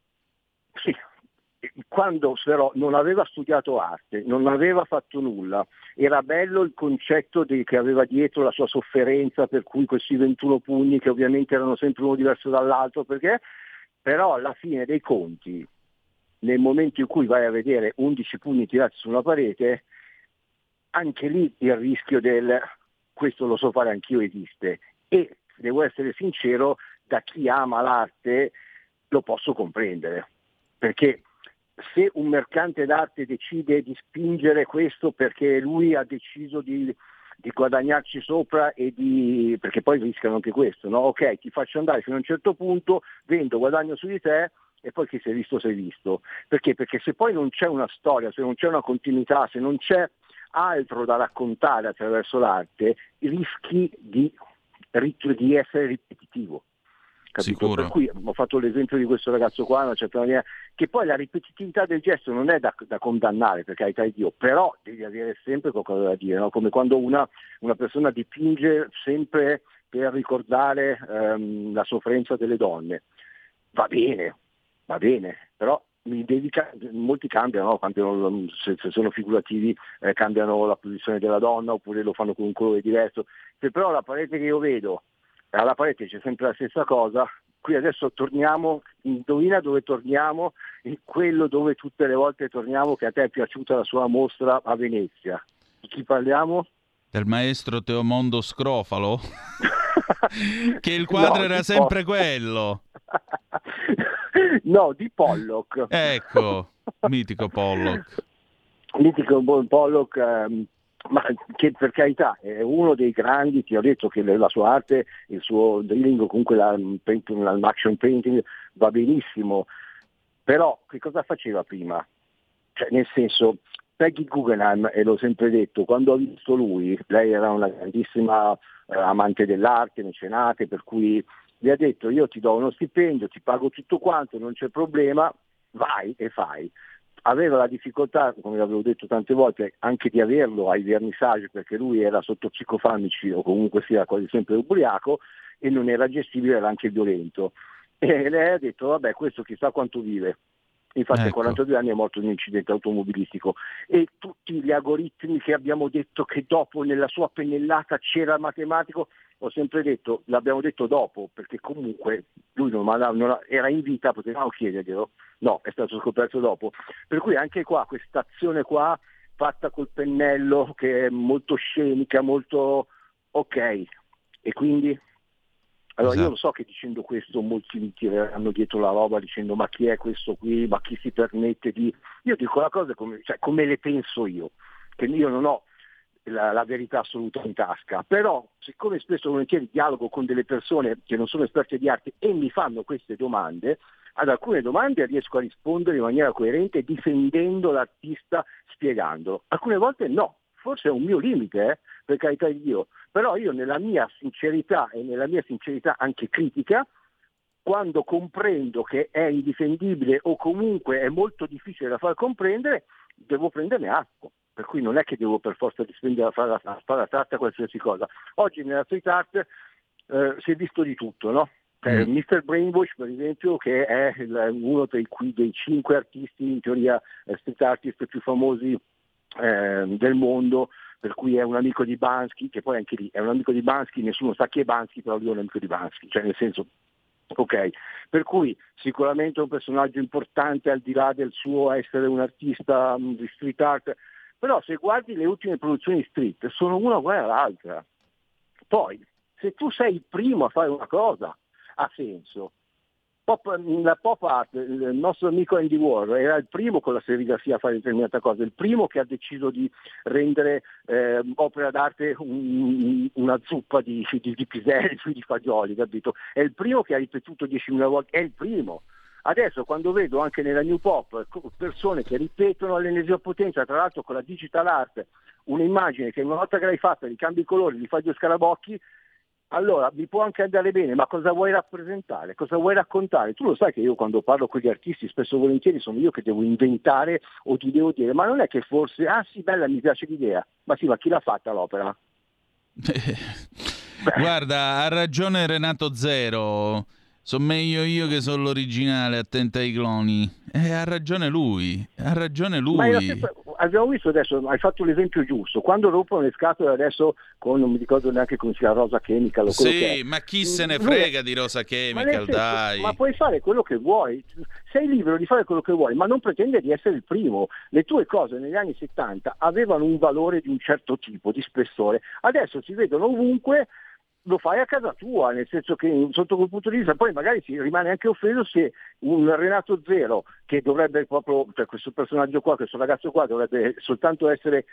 Sì, quando però non aveva studiato arte, non aveva fatto nulla, era bello il concetto che aveva dietro la sua sofferenza, per cui questi 21 pugni che ovviamente erano sempre uno diverso dall'altro, perché però alla fine dei conti, nel momento in cui vai a vedere 11 pugni tirati su una parete, anche lì il rischio del questo lo so fare anch'io esiste, e devo essere sincero, da chi ama l'arte lo posso comprendere, perché se un mercante d'arte decide di spingere questo perché lui ha deciso di guadagnarci sopra perché poi rischiano anche questo, no? Ok, ti faccio andare fino a un certo punto, vendo, guadagno su di te e poi chi si è visto si è visto. Perché? Perché se poi non c'è una storia, se non c'è una continuità, se non c'è altro da raccontare attraverso l'arte, rischi di essere ripetitivo. Capito? Sicuro. Per cui ho fatto l'esempio di questo ragazzo qua, in una certa maniera, che poi la ripetitività del gesto non è da condannare, per carità di Dio, però devi avere sempre qualcosa da dire, no? Come quando una persona dipinge sempre per ricordare la sofferenza delle donne. Va bene, però molti cambiano, no? Quando, se sono figurativi cambiano la posizione della donna oppure lo fanno con un colore diverso. Se però la parete che io vedo, alla parete c'è sempre la stessa cosa, qui adesso torniamo, indovina dove torniamo, in quello dove tutte le volte torniamo, che a te è piaciuta la sua mostra a Venezia. Di chi parliamo? Del maestro Teomondo Scrofalo? Che il quadro era sempre quello. No, di Pollock. Ecco, mitico Pollock. Mitico Pollock, ma che per carità è uno dei grandi, ti ho detto che la sua arte, il suo drilling, comunque l'action painting va benissimo, però che cosa faceva prima? Cioè, nel senso, Peggy Guggenheim, e l'ho sempre detto, quando ho visto lui, lei era una grandissima amante dell'arte, mecenate, per cui gli ha detto io ti do uno stipendio, ti pago tutto quanto, non c'è problema, vai e fai. Aveva la difficoltà, come avevo detto tante volte, anche di averlo ai vernissage, perché lui era sotto psicofarmici o comunque sia quasi sempre ubriaco, e non era gestibile, era anche violento. E lei ha detto vabbè, questo chissà quanto vive. Infatti a 42 anni è morto in un incidente automobilistico, e tutti gli algoritmi che abbiamo detto che dopo nella sua pennellata c'era il matematico, ho sempre detto, l'abbiamo detto dopo, perché comunque lui era in vita, potevamo chiederglielo, no, è stato scoperto dopo. Per cui anche qua, questa azione qua, fatta col pennello, che è molto scenica, molto ok, e quindi... Allora io lo so che dicendo questo molti mi tireranno dietro la roba dicendo ma chi è questo qui, ma chi si permette di... Io dico la cosa come le penso io, che io non ho la verità assoluta in tasca, però siccome spesso e volentieri dialogo con delle persone che non sono esperte di arte e mi fanno queste domande, ad alcune domande riesco a rispondere in maniera coerente difendendo l'artista, spiegando. Alcune volte no, forse è un mio limite, per carità di Dio, però io nella mia sincerità e nella mia sincerità anche critica, quando comprendo che è indifendibile o comunque è molto difficile da far comprendere, devo prenderne atto. Per cui non è che devo per forza difendere a fare la tratta qualsiasi cosa. Oggi nella street art si è visto di tutto, no? Mr. Brainwash, per esempio, che è uno dei 5 artisti, in teoria street artist più famosi del mondo, per cui è un amico di Bansky, che poi anche lì è un amico di Bansky, nessuno sa chi è Bansky, però lui è un amico di Bansky, cioè nel senso, ok, per cui sicuramente è un personaggio importante al di là del suo essere un artista di street art, però se guardi le ultime produzioni street sono una uguale all'altra. Poi, se tu sei il primo a fare una cosa, ha senso. La pop art, il nostro amico Andy Warhol era il primo con la serigrafia a fare determinata cosa, il primo che ha deciso di rendere opera d'arte una zuppa di piselli, di fagioli, capito? È il primo che ha ripetuto 10.000 volte, è il primo. Adesso quando vedo anche nella new pop persone che ripetono all'ennesima potenza, tra l'altro con la digital art, un'immagine che una volta che l'hai fatta gli cambi i colori, gli fai due scarabocchi, allora mi può anche andare bene, ma cosa vuoi rappresentare? Cosa vuoi raccontare? Tu lo sai che io quando parlo con gli artisti spesso e volentieri sono io che devo inventare o ti devo dire, ma non è che forse, ah sì, bella, mi piace l'idea, ma sì, ma chi l'ha fatta l'opera? Guarda, ha ragione Renato Zero, sono meglio io che sono l'originale, attenta ai cloni. Ha ragione lui, ha ragione lui. Abbiamo visto adesso, hai fatto l'esempio giusto, quando rompono le scatole adesso con, non mi ricordo neanche come si chiama, Rosa Chemical o quello che è. Ma chi se ne frega di Rosa Chemical, dai. Ma puoi fare quello che vuoi, sei libero di fare quello che vuoi, ma non pretende di essere il primo. Le tue cose negli anni 70 avevano un valore di un certo tipo, di spessore, adesso si vedono ovunque. Lo fai a casa tua, nel senso che sotto quel punto di vista poi magari si rimane anche offeso se un Renato Zero, che dovrebbe proprio, cioè questo personaggio qua, questo ragazzo qua dovrebbe soltanto essere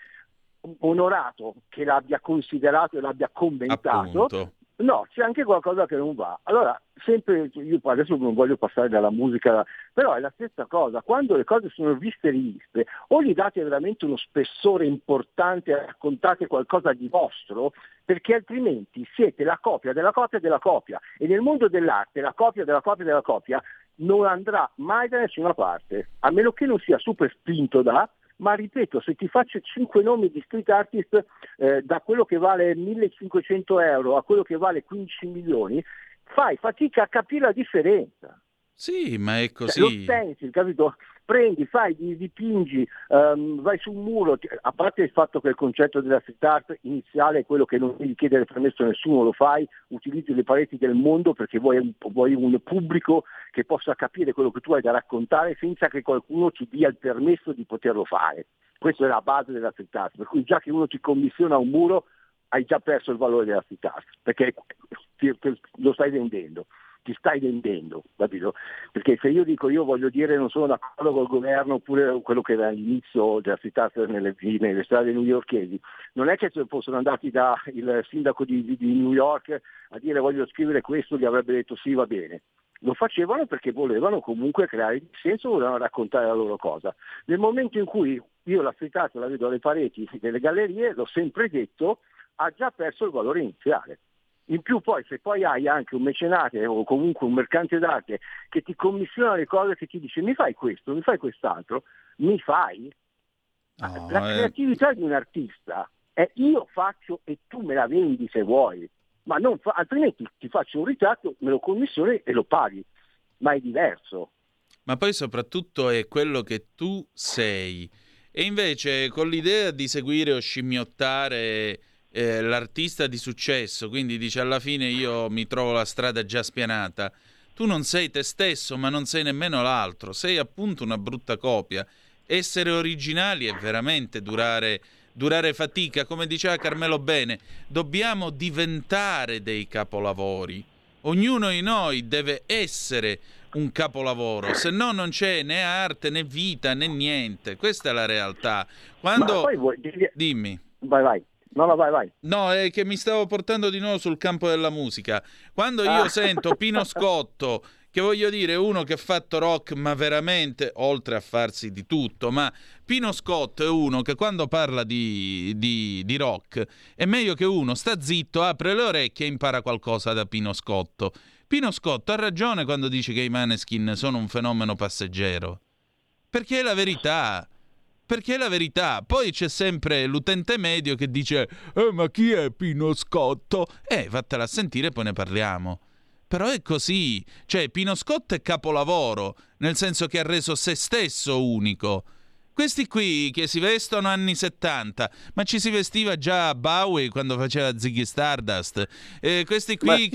onorato che l'abbia considerato e l'abbia commentato. Appunto. No, c'è anche qualcosa che non va. Allora, sempre, io adesso non voglio passare dalla musica, però è la stessa cosa, quando le cose sono viste e riviste, o gli date veramente uno spessore importante e raccontate qualcosa di vostro, perché altrimenti siete la copia della copia della copia, e nel mondo dell'arte la copia della copia della copia non andrà mai da nessuna parte, a meno che non sia super spinto da... Ma ripeto, se ti faccio 5 nomi di street artist, da quello che vale 1.500 euro a quello che vale 15 milioni, fai fatica a capire la differenza. Sì, ma è così. Lo stencil, capito? Prendi, fai, dipingi, vai sul muro, a parte il fatto che il concetto della street art iniziale è quello che non devi chiedere permesso a nessuno, lo fai, utilizzi le pareti del mondo perché vuoi un pubblico che possa capire quello che tu hai da raccontare senza che qualcuno ti dia il permesso di poterlo fare. Questa è la base della street art, per cui già che uno ti commissiona un muro hai già perso il valore della street art, perché lo stai vendendo. Ti stai vendendo, capito? Perché se io dico io voglio dire non sono d'accordo col governo, oppure quello che era all'inizio della città nelle strade newyorkesi, non è che fossero andati da il sindaco di New York a dire voglio scrivere questo, gli avrebbe detto sì, va bene. Lo facevano perché volevano comunque creare senso, volevano raccontare la loro cosa. Nel momento in cui io la street art la vedo alle pareti delle gallerie, l'ho sempre detto, ha già perso il valore iniziale. In più poi, se poi hai anche un mecenate o comunque un mercante d'arte che ti commissiona le cose, che ti dice mi fai questo, mi fai quest'altro, mi fai? No, la creatività di un artista è io faccio e tu me la vendi se vuoi. ma altrimenti ti faccio un ritratto, me lo commissioni e lo paghi, ma è diverso. Ma poi soprattutto è quello che tu sei. E invece con l'idea di seguire o scimmiottare l'artista di successo, quindi dice alla fine io mi trovo la strada già spianata, tu non sei te stesso, ma non sei nemmeno l'altro, sei appunto una brutta copia. Essere originali è veramente durare fatica, come diceva Carmelo Bene, dobbiamo diventare dei capolavori. Ognuno di noi deve essere un capolavoro, se no non c'è né arte né vita né niente. Questa è la realtà. Quando Ma poi dimmi. Vai. No, vai. No, è che mi stavo portando di nuovo sul campo della musica. Quando io sento Pino Scotto, che voglio dire, uno che ha fatto rock, ma veramente, oltre a farsi di tutto, ma Pino Scotto è uno che quando parla di rock è meglio che uno sta zitto, apre le orecchie e impara qualcosa da Pino Scotto. Pino Scotto ha ragione quando dice che i Maneskin sono un fenomeno passeggero. Perché è la verità. Perché è la verità. Poi c'è sempre l'utente medio che dice ma chi è Pino Scotto? Vattela a sentire e poi ne parliamo. Però è così. Cioè, Pino Scotto è capolavoro, nel senso che ha reso se stesso unico. Questi qui che si vestono anni 70, ma ci si vestiva già Bowie quando faceva Ziggy Stardust. Questi qui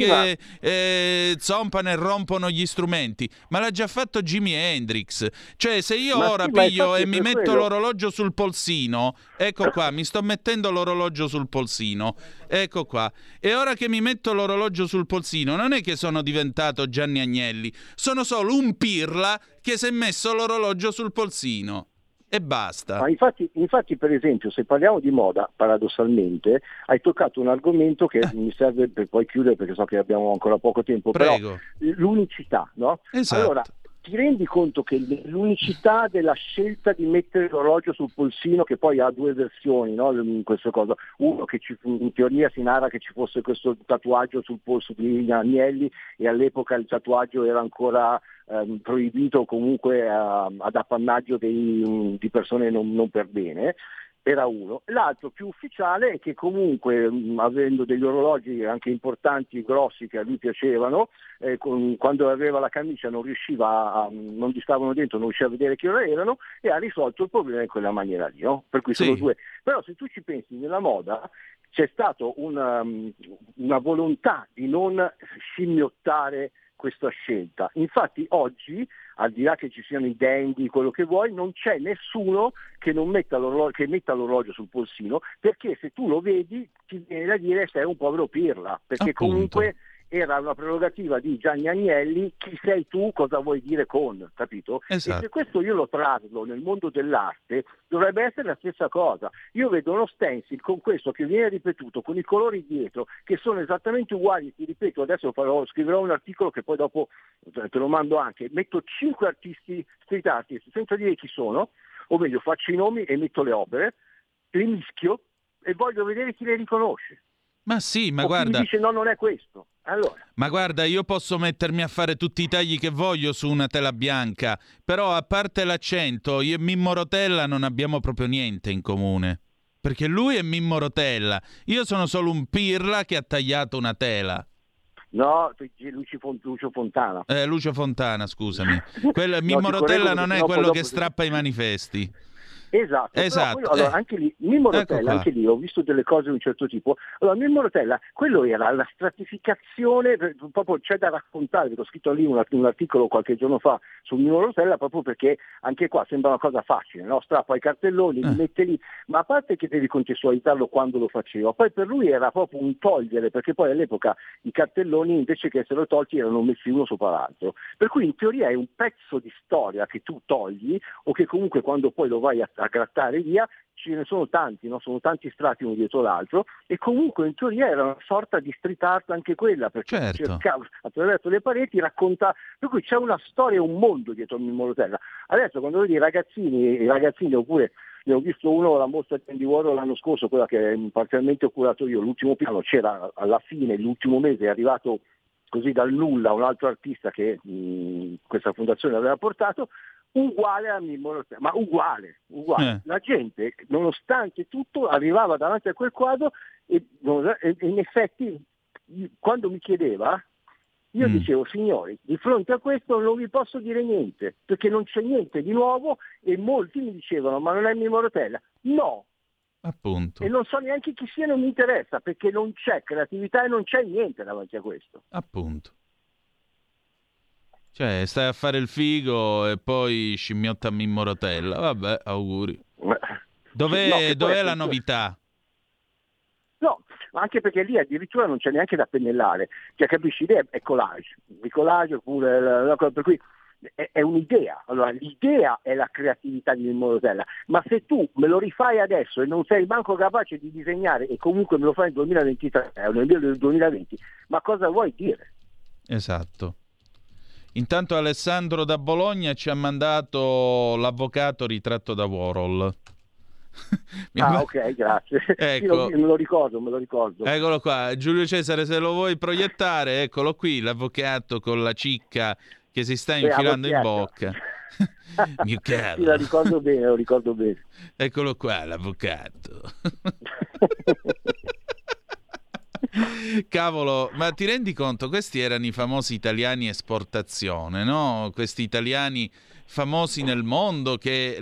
che zompano e rompono gli strumenti, ma l'ha già fatto Jimi Hendrix. Cioè, se io ora piglio e mi metto l'orologio sul polsino, ecco qua, mi sto mettendo l'orologio sul polsino, ecco qua. E ora che mi metto l'orologio sul polsino, non è che sono diventato Gianni Agnelli, sono solo un pirla che si è messo l'orologio sul polsino. E basta. Ma infatti, per esempio, se parliamo di moda, paradossalmente, hai toccato un argomento che mi serve per poi chiudere, perché so che abbiamo ancora poco tempo. Prego. Però l'unicità, no? Esatto. Allora, ti rendi conto che l'unicità della scelta di mettere l'orologio sul polsino, che poi ha due versioni, no? In questo cosa, uno che in teoria si narra che ci fosse questo tatuaggio sul polso di Agnelli, e all'epoca il tatuaggio era ancora proibito comunque ad appannaggio di persone non per bene. Era uno. L'altro più ufficiale è che comunque avendo degli orologi anche importanti, grossi, che a lui piacevano, quando aveva la camicia non riusciva non gli stavano dentro, non riusciva a vedere che ora erano, e ha risolto il problema in quella maniera lì, no? Per cui sono due. Però se tu ci pensi, nella moda c'è stata una volontà di non scimmiottare questa scelta. Infatti oggi, al di là che ci siano i dandy, quello che vuoi, non c'è nessuno che non metta l'orologio sul polsino, perché se tu lo vedi ti viene da dire sei un povero pirla, perché appunto. Comunque era una prerogativa di Gianni Agnelli, chi sei tu, cosa vuoi dire con, capito? Esatto. E se questo io lo traslo nel mondo dell'arte, dovrebbe essere la stessa cosa. Io vedo uno stencil con questo che viene ripetuto, con i colori dietro, che sono esattamente uguali, ti ripeto, adesso scriverò un articolo che poi dopo te lo mando anche, metto 5 artisti, street artist, senza dire chi sono, o meglio faccio i nomi e metto le opere, li mischio e voglio vedere chi le riconosce. Ma sì, ma o guarda. Chi dice no, non è questo. Allora. Ma guarda, io posso mettermi a fare tutti i tagli che voglio su una tela bianca, però a parte l'accento, io e Mimmo Rotella non abbiamo proprio niente in comune. Perché lui è Mimmo Rotella, io sono solo un pirla che ha tagliato una tela. No, Lucio Fontana. Lucio Fontana, scusami. Mimmo Rotella non è quello che strappa i manifesti. Esatto. Quello, allora, anche lì, Mimmo Rotella, anche lì ho visto delle cose di un certo tipo. Allora, Mimmo Rotella, quello era la stratificazione, proprio c'è da raccontare, perché ho scritto lì un articolo qualche giorno fa su Mimmo Rotella, proprio perché anche qua sembra una cosa facile, no? Strappa i cartelloni, li mette lì, ma a parte che devi contestualizzarlo quando lo faceva, poi per lui era proprio un togliere, perché poi all'epoca i cartelloni invece che essere tolti erano messi uno sopra l'altro, per cui in teoria è un pezzo di storia che tu togli, o che comunque quando poi lo vai a grattare via, ce ne sono tanti, no? Sono tanti strati uno dietro l'altro, e comunque in teoria era una sorta di street art anche quella, perché cercava attraverso le pareti racconta, per cui c'è una storia, un mondo dietro Mimmo Rotella. Adesso quando vedi i ragazzini, oppure ne ho visto uno alla mostra di Andy Warhol l'anno scorso, quella che parzialmente ho curato io, l'ultimo piano, c'era alla fine, l'ultimo mese è arrivato così dal nulla un altro artista che questa fondazione aveva portato, uguale a Mimmo Rotella, ma uguale. La gente, nonostante tutto, arrivava davanti a quel quadro e in effetti quando mi chiedeva, io dicevo, signori, di fronte a questo non vi posso dire niente, perché non c'è niente di nuovo, e molti mi dicevano, ma non è Mimmo Rotella? No. Appunto. E non so neanche chi sia, non mi interessa, perché non c'è creatività e non c'è niente davanti a questo. Appunto. Cioè, stai a fare il figo e poi scimmiotta Mimmo Rotella. Vabbè, auguri. Dov'è la novità? No, anche perché lì addirittura non c'è neanche da pennellare, cioè capisci, l'idea è collage, il collage oppure per cui è un'idea. Allora l'idea è la creatività di Mimmo Rotella, ma se tu me lo rifai adesso e non sei manco capace di disegnare e comunque me lo fai nel 2023 nel 2020, ma cosa vuoi dire? Esatto. Intanto Alessandro da Bologna ci ha mandato l'avvocato ritratto da Warhol. Ok, grazie. Ecco. Me lo ricordo. Eccolo qua, Giulio Cesare, se lo vuoi proiettare, eccolo qui, l'avvocato con la cicca che si sta infilando in bocca. Mio caro. Sì, lo ricordo bene. Eccolo qua, l'avvocato. Cavolo, ma ti rendi conto? Questi erano i famosi italiani esportazione, no? Questi italiani famosi nel mondo che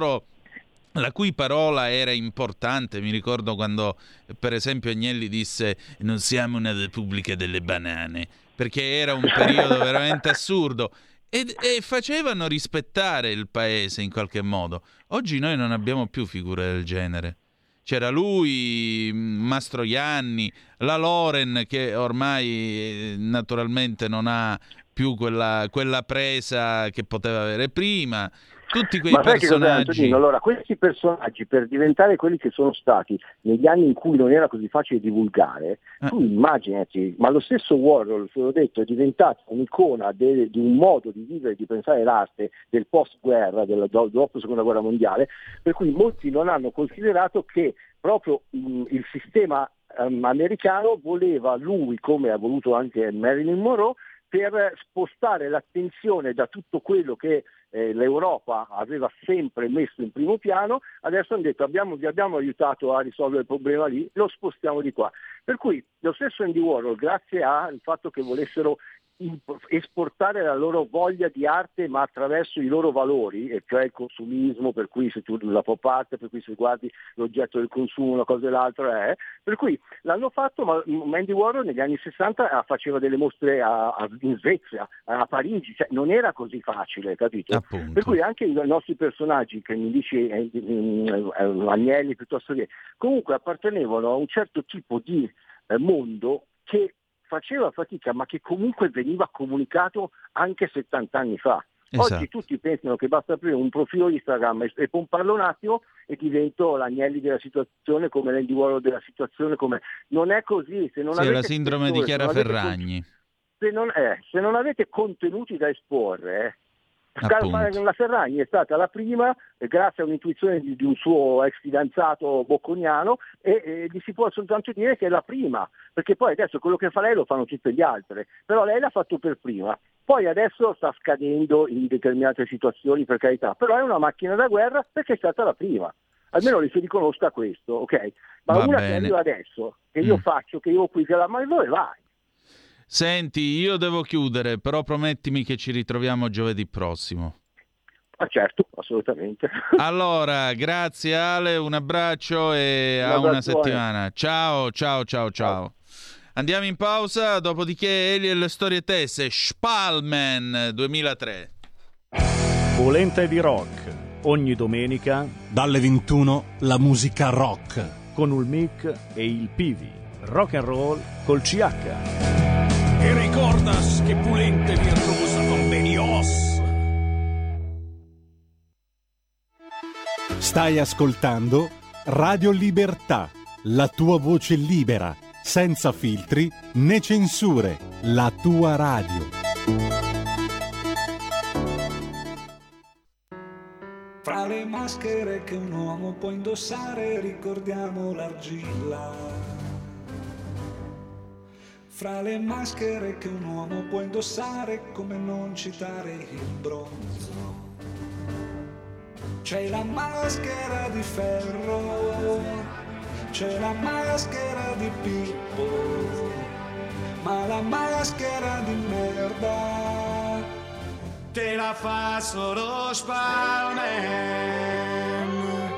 la cui parola era importante. Mi ricordo quando, per esempio, Agnelli disse non siamo una repubblica delle banane, perché era un periodo veramente assurdo e facevano rispettare il paese in qualche modo. Oggi noi non abbiamo più figure del genere. C'era lui, Mastroianni, la Loren che ormai naturalmente non ha più quella presa che poteva avere prima. Tutti quei personaggi. Allora, questi personaggi, per diventare quelli che sono stati negli anni in cui non era così facile divulgare, tu immaginati, ma lo stesso Warhol, te l'ho detto, è diventato un'icona di un modo di vivere e di pensare l'arte del post-guerra, dopo Seconda Guerra Mondiale, per cui molti non hanno considerato che proprio il sistema americano voleva lui, come ha voluto anche Marilyn Monroe, per spostare l'attenzione da tutto quello che l'Europa aveva sempre messo in primo piano. Adesso hanno detto vi abbiamo aiutato a risolvere il problema lì, lo spostiamo di qua. Per cui lo stesso Andy Warhol, grazie al fatto che volessero esportare la loro voglia di arte ma attraverso i loro valori, e cioè il consumismo, per cui se tu la pop art, per cui se guardi l'oggetto del consumo una cosa e l'altra per cui l'hanno fatto. Ma Andy Warhol negli anni 60 faceva delle mostre in Svezia, a Parigi, cioè non era così facile, capito? Appunto. Per cui anche i nostri personaggi, che mi dici Agnelli piuttosto che, comunque appartenevano a un certo tipo di mondo che faceva fatica, ma che comunque veniva comunicato anche 70 anni fa. Esatto. Oggi tutti pensano che basta aprire un profilo Instagram e pomparlo un attimo e divento l'Agnelli della situazione, come l'Andy Warhol della situazione, come non è così. Se non è la sindrome di Chiara Ferragni. Se non avete contenuti da esporre, la Ferragni è stata la prima, grazie a un'intuizione di un suo ex fidanzato bocconiano, e gli si può soltanto dire che è la prima, perché poi adesso quello che fa lei lo fanno tutte le altre, però lei l'ha fatto per prima. Poi adesso sta scadendo in determinate situazioni, per carità, però è una macchina da guerra perché è stata la prima. Almeno le si riconosca questo, ok? Ma Va una bene. che arriva adesso, che io faccio, che io qui, ma dove vai? Senti, io devo chiudere, però promettimi che ci ritroviamo giovedì prossimo. Ah, certo, assolutamente. Allora, grazie Ale, un abbraccio e a una settimana. Ciao. Andiamo in pausa, dopodiché Eli e le storie tesse, Spalman 2003. Polenta di rock, ogni domenica dalle 21 la musica rock con Ulmic e il Pivi, rock and roll col CH. E ricordas che pulente e virtuosa con Benios. Stai ascoltando Radio Libertà, la tua voce libera, senza filtri né censure, la tua radio. Fra le maschere che un uomo può indossare ricordiamo l'argilla. Fra le maschere che un uomo può indossare, come non citare il bronzo. C'è la maschera di ferro, c'è la maschera di Pippo, ma la maschera di merda te la fa solo Spalman.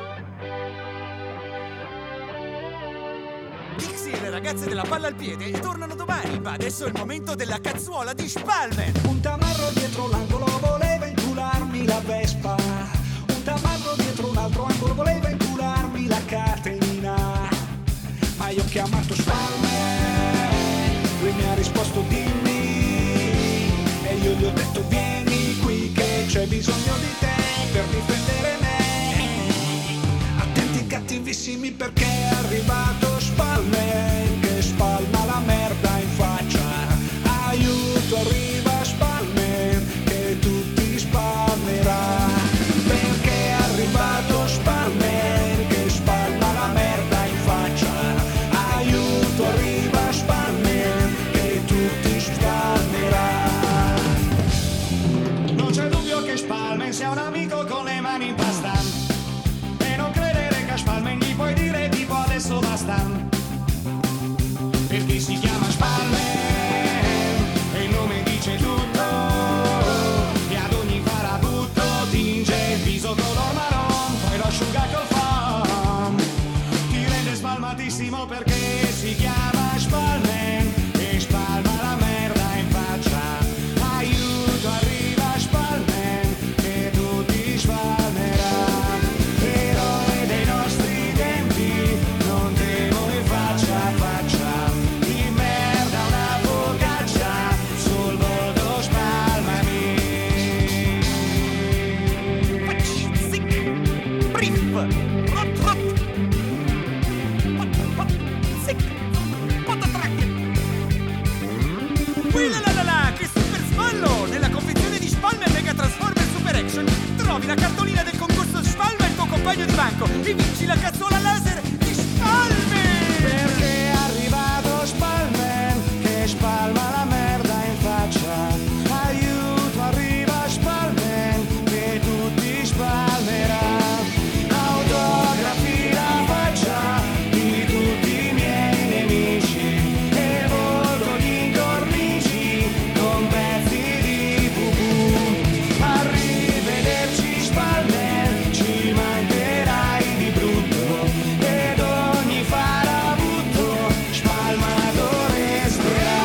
Dixie e le ragazze della palla al piede tornano domani, ma adesso è il momento della cazzuola di Spalman. Un tamarro dietro l'angolo voleva incularmi la Vespa, un tamarro dietro un altro angolo voleva incularmi la catenina, ma io ho chiamato Spalman, lui mi ha risposto dimmi, e io gli ho detto vieni qui che c'è bisogno di te per difendere me. Attenti cattivissimi perché è arrivato Spalman che spalma la merda in faccia. Aiuto, arriva Spalman che tutti spalmerà, perché è arrivato Spalman che spalma la merda in faccia. Aiuto, arriva Spalman che tutti spalmerà. Non c'è dubbio che Spalman sia un amico con le mani in pasta, e non credere che a Spalman gli puoi dire tipo adesso basta, perché si chiama Spalman e il nome dice tutto, e ad ogni farabutto tinge il viso color marron, poi lo asciuga col foam, ti rende spalmatissimo perché si chiama Spalman e spalma la merda in faccia. Aiuto, arriva Spalman che tutti spalmerà, eroe dei nostri tempi, non temo che faccia a faccia di merda una focaccia sul volto spalmami. Brief, rot rot, sick, potatrack. Qui la, che super sballo! Nella confezione di Spalman Mega Transformer Super Action trovi la cartolina del concorso Spalma il tuo compagno di banco e vinci la cazzola laser di Spalman! Perché è arrivato Spalman che spalma la merda in faccia. Aiuto, arriva Spalman che tutti spalmerà. Autografi la faccia di tutti i miei nemici e il volto di incornici con pezzi di pupù. Arrivederci Spalman, ci mancherai di brutto, ed ogni farabutto spalmatore resterà.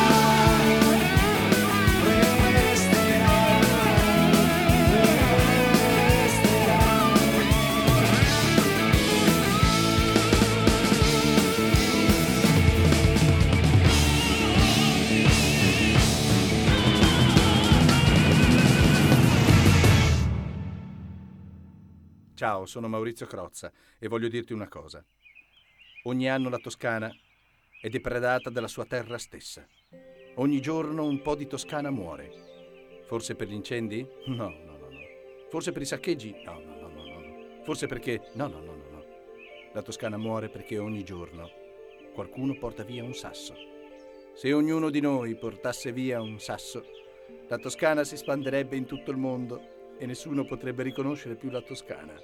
Ciao, sono Maurizio Crozza e voglio dirti una cosa. Ogni anno la Toscana è depredata dalla sua terra stessa. Ogni giorno un po' di Toscana muore. Forse per gli incendi? No. Forse per i saccheggi? No. Forse perché? No. La Toscana muore perché ogni giorno qualcuno porta via un sasso. Se ognuno di noi portasse via un sasso, la Toscana si espanderebbe in tutto il mondo e nessuno potrebbe riconoscere più la Toscana.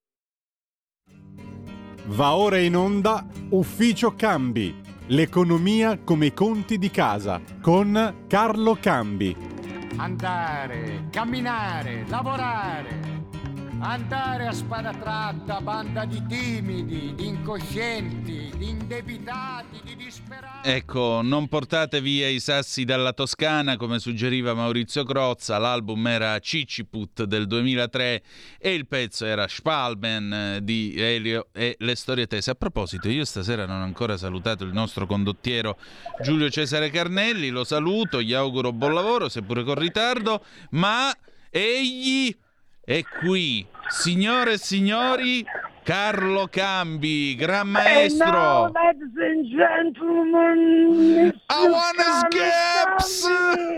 Va ora in onda Ufficio Cambi, l'economia come i conti di casa, con Carlo Cambi. Andare, camminare, lavorare, andare a spada tratta, banda di timidi, di incoscienti, di indebitati, di disperati. Ecco, non portate via i sassi dalla Toscana, come suggeriva Maurizio Crozza. L'album era Ciciput del 2003 e il pezzo era Spalman di Elio e le storie tese. A proposito, io stasera non ho ancora salutato il nostro condottiero Giulio Cesare Carnelli, lo saluto, gli auguro buon lavoro, seppure con ritardo, ma egli è qui, signore e signori, Carlo Cambi, gran maestro. Now, ladies and gentlemen, I wanna sgaps!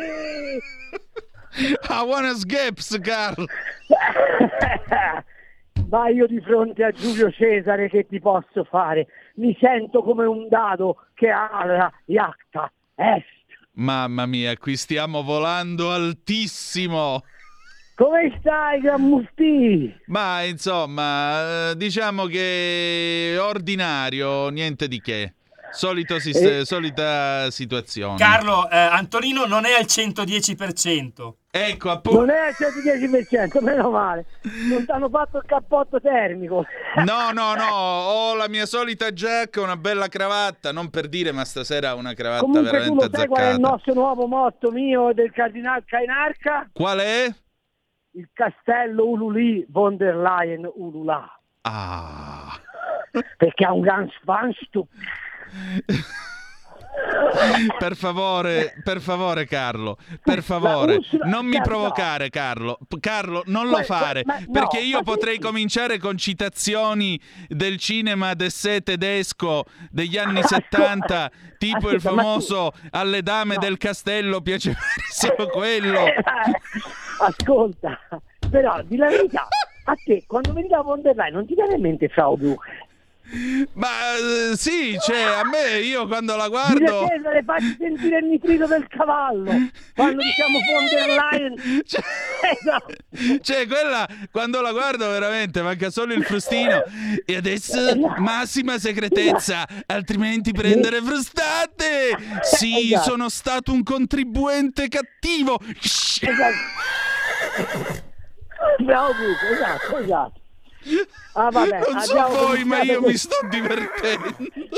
I wanna sgaps, Carlo! Ma io di fronte a Giulio Cesare che ti posso fare? Mi sento come un dado che ha la iacta est. Mamma mia, qui stiamo volando altissimo! Come stai, Gran Musti? Ma insomma, diciamo che ordinario, niente di che. solita situazione. Carlo, Antonino non è al 110%. Ecco, appunto. Non è al 110%, meno male. Non ti hanno fatto il cappotto termico. No, ho la mia solita giacca, una bella cravatta, non per dire, ma stasera una cravatta Comunque veramente tu lo sai qual è il azzeccata. nostro nuovo motto mio del Cardinal Cainarca? Qual è? Il castello Ululì, von der Leyen Ululà. Ah. Perché ha un gran spansto. Per favore Carlo, per favore, non mi provocare Carlo, non lo fare, perché io potrei cominciare con citazioni del cinema d'essè tedesco degli anni 70, tipo il famoso alle dame del castello piace solo quello. Ascolta, però di la verità, a te quando vedi la von der Leyen non ti viene in mente Frau Buch? Ma sì, cioè a me, io quando la guardo le facci sentire il nitrito del cavallo quando diciamo von der Leyen, cioè quella quando la guardo veramente manca solo il frustino e adesso massima segretezza, altrimenti prendere frustate. Sì, sono stato un contribuente cattivo. Bravo, esatto. Ah, vabbè, non so voi, ma io mi sto divertendo.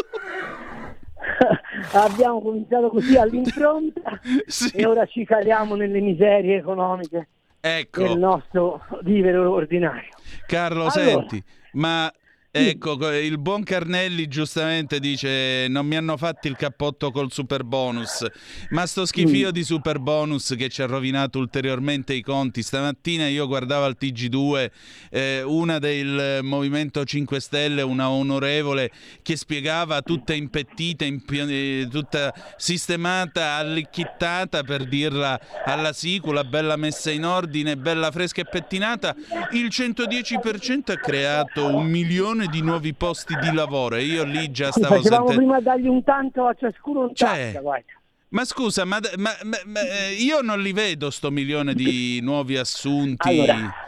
Abbiamo cominciato così all'impronta e ora ci caliamo nelle miserie economiche del nostro vivere ordinario. Carlo, senti, ma ecco, il buon Carnelli giustamente dice non mi hanno fatto il cappotto col super bonus, ma sto schifio di super bonus che ci ha rovinato ulteriormente i conti. Stamattina io guardavo al TG2 una del Movimento 5 Stelle, una onorevole che spiegava tutta impettita, tutta sistemata, allicchittata, per dirla alla sicula, bella messa in ordine, bella fresca e pettinata. Il 110% ha creato 1 milione di nuovi posti di lavoro e io lì già stavo sentendo. Prima dargli un tanto a ciascuno un tasca, guarda. Ma scusa, ma io non li vedo 1 milione di nuovi assunti,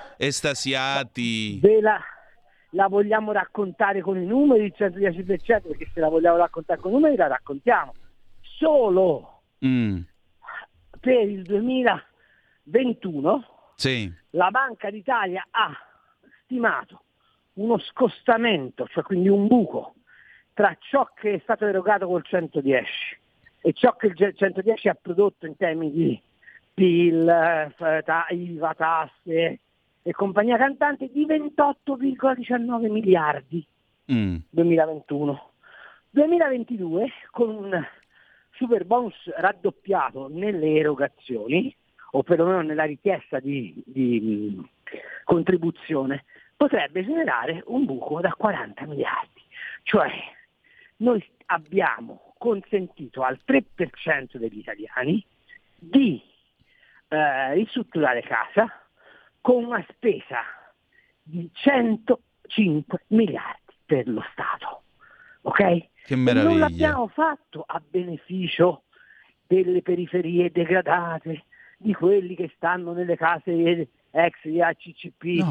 estasiati. La vogliamo raccontare con i numeri il 110%, perché se la vogliamo raccontare con i numeri la raccontiamo. Solo per il 2021 la Banca d'Italia ha stimato uno scostamento, cioè quindi un buco, tra ciò che è stato erogato col 110 e ciò che il 110 ha prodotto in termini di PIL, IVA, tasse e compagnia cantante, di 28,19 miliardi 2021. 2022, con un super bonus raddoppiato nelle erogazioni, o perlomeno nella richiesta di contribuzione, potrebbe generare un buco da 40 miliardi. Cioè noi abbiamo consentito al 3% degli italiani di ristrutturare casa con una spesa di 105 miliardi per lo Stato. Ok? Che meraviglia. E non l'abbiamo fatto a beneficio delle periferie degradate, di quelli che stanno nelle case ex ACCP,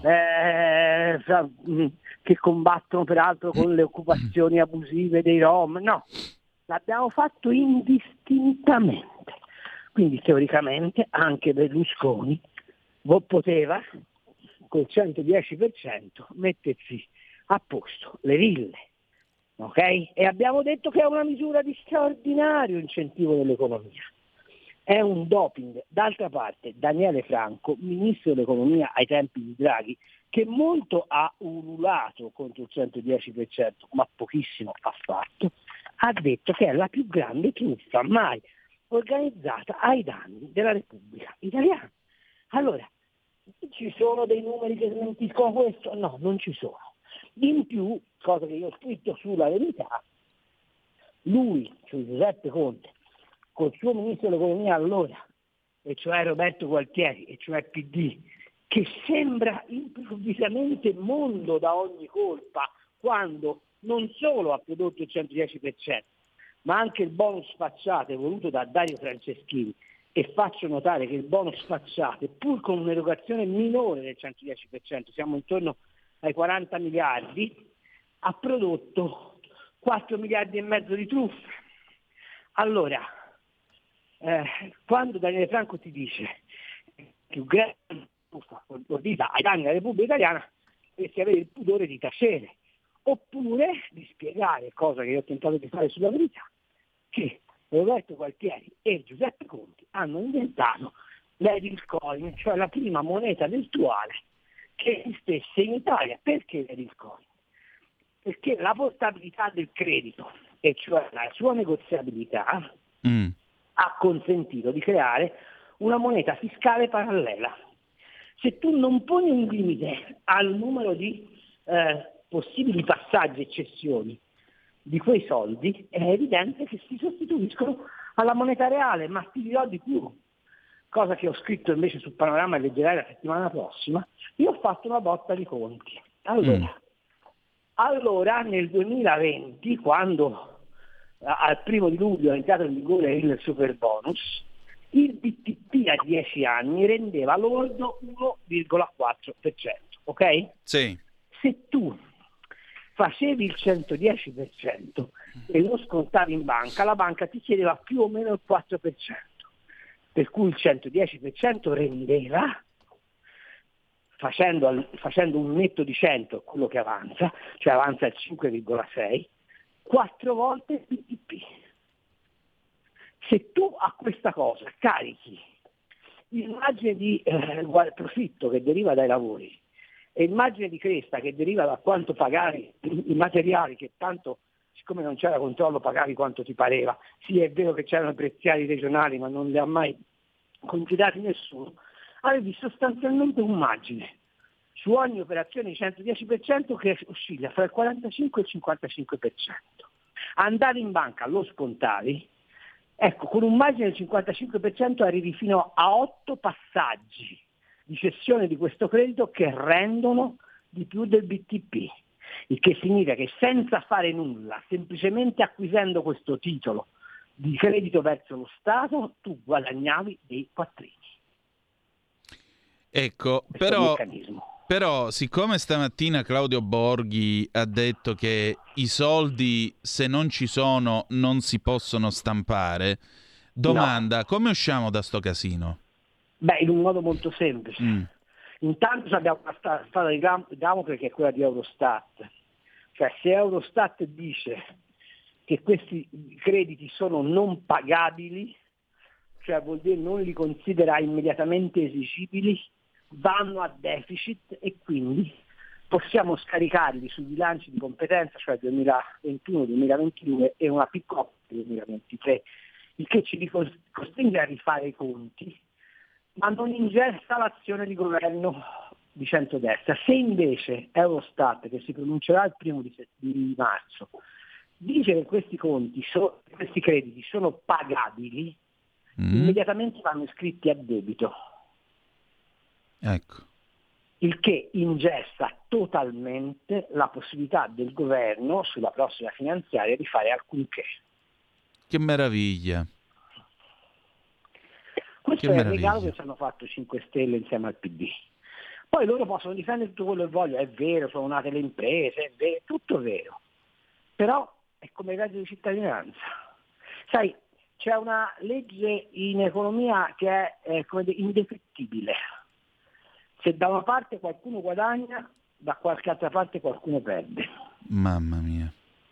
che combattono peraltro con le occupazioni abusive dei Rom. No, l'abbiamo fatto indistintamente. Quindi teoricamente anche Berlusconi poteva col 110% mettersi a posto le ville. Ok? E abbiamo detto che è una misura di straordinario incentivo dell'economia. È un doping. D'altra parte Daniele Franco, ministro dell'economia ai tempi di Draghi, che molto ha ululato contro il 110%, ma pochissimo ha fatto, ha detto che è la più grande truffa mai organizzata ai danni della Repubblica Italiana. Allora, ci sono dei numeri che smentiscono questo? No, non ci sono. In più, cosa che io ho scritto sulla Verità, lui, cioè Giuseppe Conte, col suo ministro dell'economia allora, e cioè Roberto Gualtieri, e cioè PD, che sembra improvvisamente mondo da ogni colpa, quando non solo ha prodotto il 110%, ma anche il bonus facciate voluto da Dario Franceschini, e faccio notare che il bonus facciate, pur con un'erogazione minore del 110%, siamo intorno ai 40 miliardi, ha prodotto 4 miliardi e mezzo di truffe. Allora, quando Daniele Franco ti dice che un grande truffa ordita ai danni della Repubblica Italiana, dovresti avere il pudore di tacere, oppure di spiegare, cosa che io ho tentato di fare sulla Verità, che Roberto Gualtieri e Giuseppe Conti hanno inventato l'Edil Coin, cioè la prima moneta virtuale che esistesse in Italia. Perché l'Edil Coin? Perché la portabilità del credito, e cioè la sua negoziabilità, ha consentito di creare una moneta fiscale parallela. Se tu non poni un limite al numero di possibili passaggi e cessioni di quei soldi, è evidente che si sostituiscono alla moneta reale. Ma ti dirò di più, cosa che ho scritto invece sul Panorama e leggerai la settimana prossima. Io ho fatto una botta di conti. Allora nel 2020, quando al 1 di luglio è entrato in vigore il super bonus, il BTP a 10 anni rendeva lordo 1,4%, ok? Sì. Se tu facevi il 110% e lo scontavi in banca, la banca ti chiedeva più o meno il 4%, per cui il 110% rendeva, facendo un netto di 100 quello che avanza, cioè avanza il 5,6, 4 volte il BTP. Se tu a questa cosa carichi il margine di profitto che deriva dai lavori e il margine di cresta che deriva da quanto pagavi i materiali, che tanto, siccome non c'era controllo, pagavi quanto ti pareva. Sì, è vero che c'erano i preziari regionali, ma non li ha mai considerati nessuno. Avevi sostanzialmente un margine su ogni operazione di 110% che oscilla fra il 45 e il 55%. Andare in banca lo scontavi, ecco, con un margine del 55% arrivi fino a 8 passaggi di cessione di questo credito che rendono di più del BTP, il che significa che senza fare nulla, semplicemente acquisendo questo titolo di credito verso lo Stato, tu guadagnavi dei quattrini. Ecco, però siccome stamattina Claudio Borghi ha detto che i soldi, se non ci sono, non si possono stampare, domanda, no. Come usciamo da sto casino? Beh, in un modo molto semplice. Intanto abbiamo una spada di Damocle che è quella di Eurostat. Cioè, se Eurostat dice che questi crediti sono non pagabili, cioè vuol dire non li considera immediatamente esigibili, vanno a deficit e quindi possiamo scaricarli sui bilanci di competenza, cioè 2021-2022 e una piccola 2023, il che ci costringe a rifare i conti, ma non ingessa l'azione di governo di centrodestra. Se invece Eurostat, che si pronuncerà il 1 di marzo, dice che questi crediti sono pagabili, immediatamente vanno iscritti a debito. Ecco. Il che ingessa totalmente la possibilità del governo sulla prossima finanziaria di fare alcunché. Che meraviglia. Questo è il regalo che ci hanno fatto 5 Stelle insieme al PD. Poi loro possono difendere tutto quello che vogliono, è vero, sono nate le imprese, è vero, tutto vero. Però è come il reddito di cittadinanza. Sai, c'è una legge in economia che è indefettibile. Se da una parte qualcuno guadagna, da qualche altra parte qualcuno perde. Mamma mia.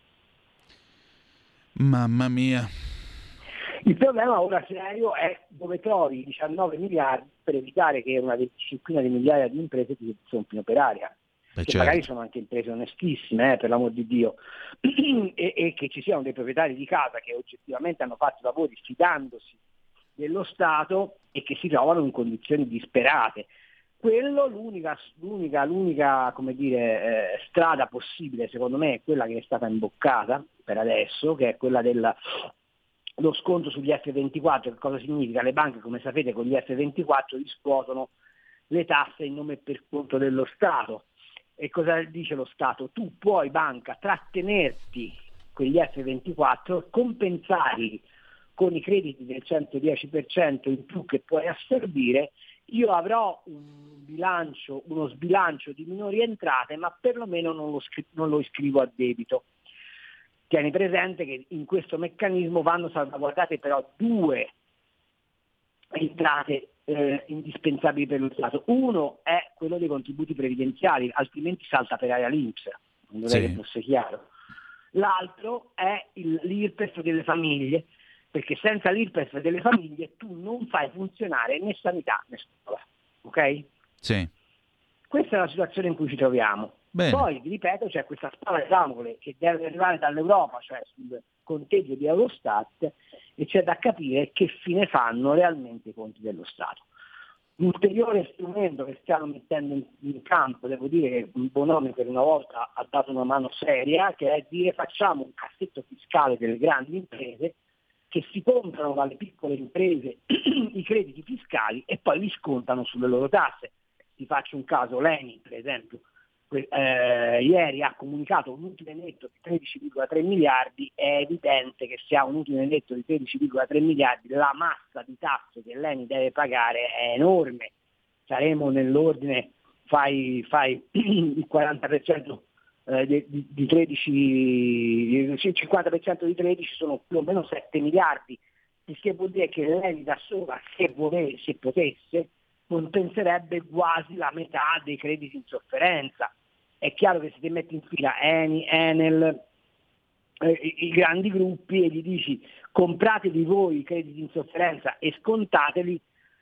Mamma mia. Il problema ora serio è dove trovi 19 miliardi per evitare che una decina di migliaia di imprese ti zompino per aria. Che certo. Magari sono anche imprese onestissime, per l'amor di Dio, e che ci siano dei proprietari di casa che oggettivamente hanno fatto i lavori fidandosi dello Stato e che si trovano in condizioni disperate. Quello, l'unica come dire, strada possibile, secondo me, è quella che è stata imboccata per adesso, che è quella dello sconto sugli F24. Che cosa significa? Le banche, come sapete, con gli F24 riscuotono le tasse in nome e per conto dello Stato. E cosa dice lo Stato? Tu puoi, banca, trattenerti quegli F24, compensarli con i crediti del 110% in più che puoi assorbire. Io avrò uno sbilancio di minori entrate, ma perlomeno non lo iscrivo a debito. tieni presente che in questo meccanismo vanno salvaguardate però due entrate indispensabili per lo Stato. Uno è quello dei contributi previdenziali, altrimenti salta per aria l'INPS, non vorrei che fosse chiaro. L'altro è l'IRPEF delle famiglie, perché senza l'IRPEF delle famiglie tu non fai funzionare né sanità né scuola, ok? Sì. Questa è la situazione in cui ci troviamo. Bene. Poi, vi ripeto, c'è questa spada di Damocle che deve arrivare dall'Europa, cioè sul conteggio di Eurostat, e c'è da capire che fine fanno realmente i conti dello Stato. Un ulteriore strumento che stiamo mettendo in campo, devo dire che Bonomi per una volta ha dato una mano seria, che è dire facciamo un cassetto fiscale delle grandi imprese che si comprano dalle piccole imprese i crediti fiscali e poi li scontano sulle loro tasse. Ti faccio un caso, l'ENI per esempio, ieri ha comunicato un utile netto di 13,3 miliardi, è evidente che se ha un utile netto di 13,3 miliardi la massa di tasse che l'ENI deve pagare è enorme, saremo nell'ordine, fai il 40% di 13, il 50% di 13 sono più o meno 7 miliardi, il che vuol dire che l'ENI da sola, se potesse, compenserebbe quasi la metà dei crediti in sofferenza. È chiaro che se ti metti in fila Eni, Enel, i grandi gruppi e gli dici compratevi voi i crediti in sofferenza e scontateli,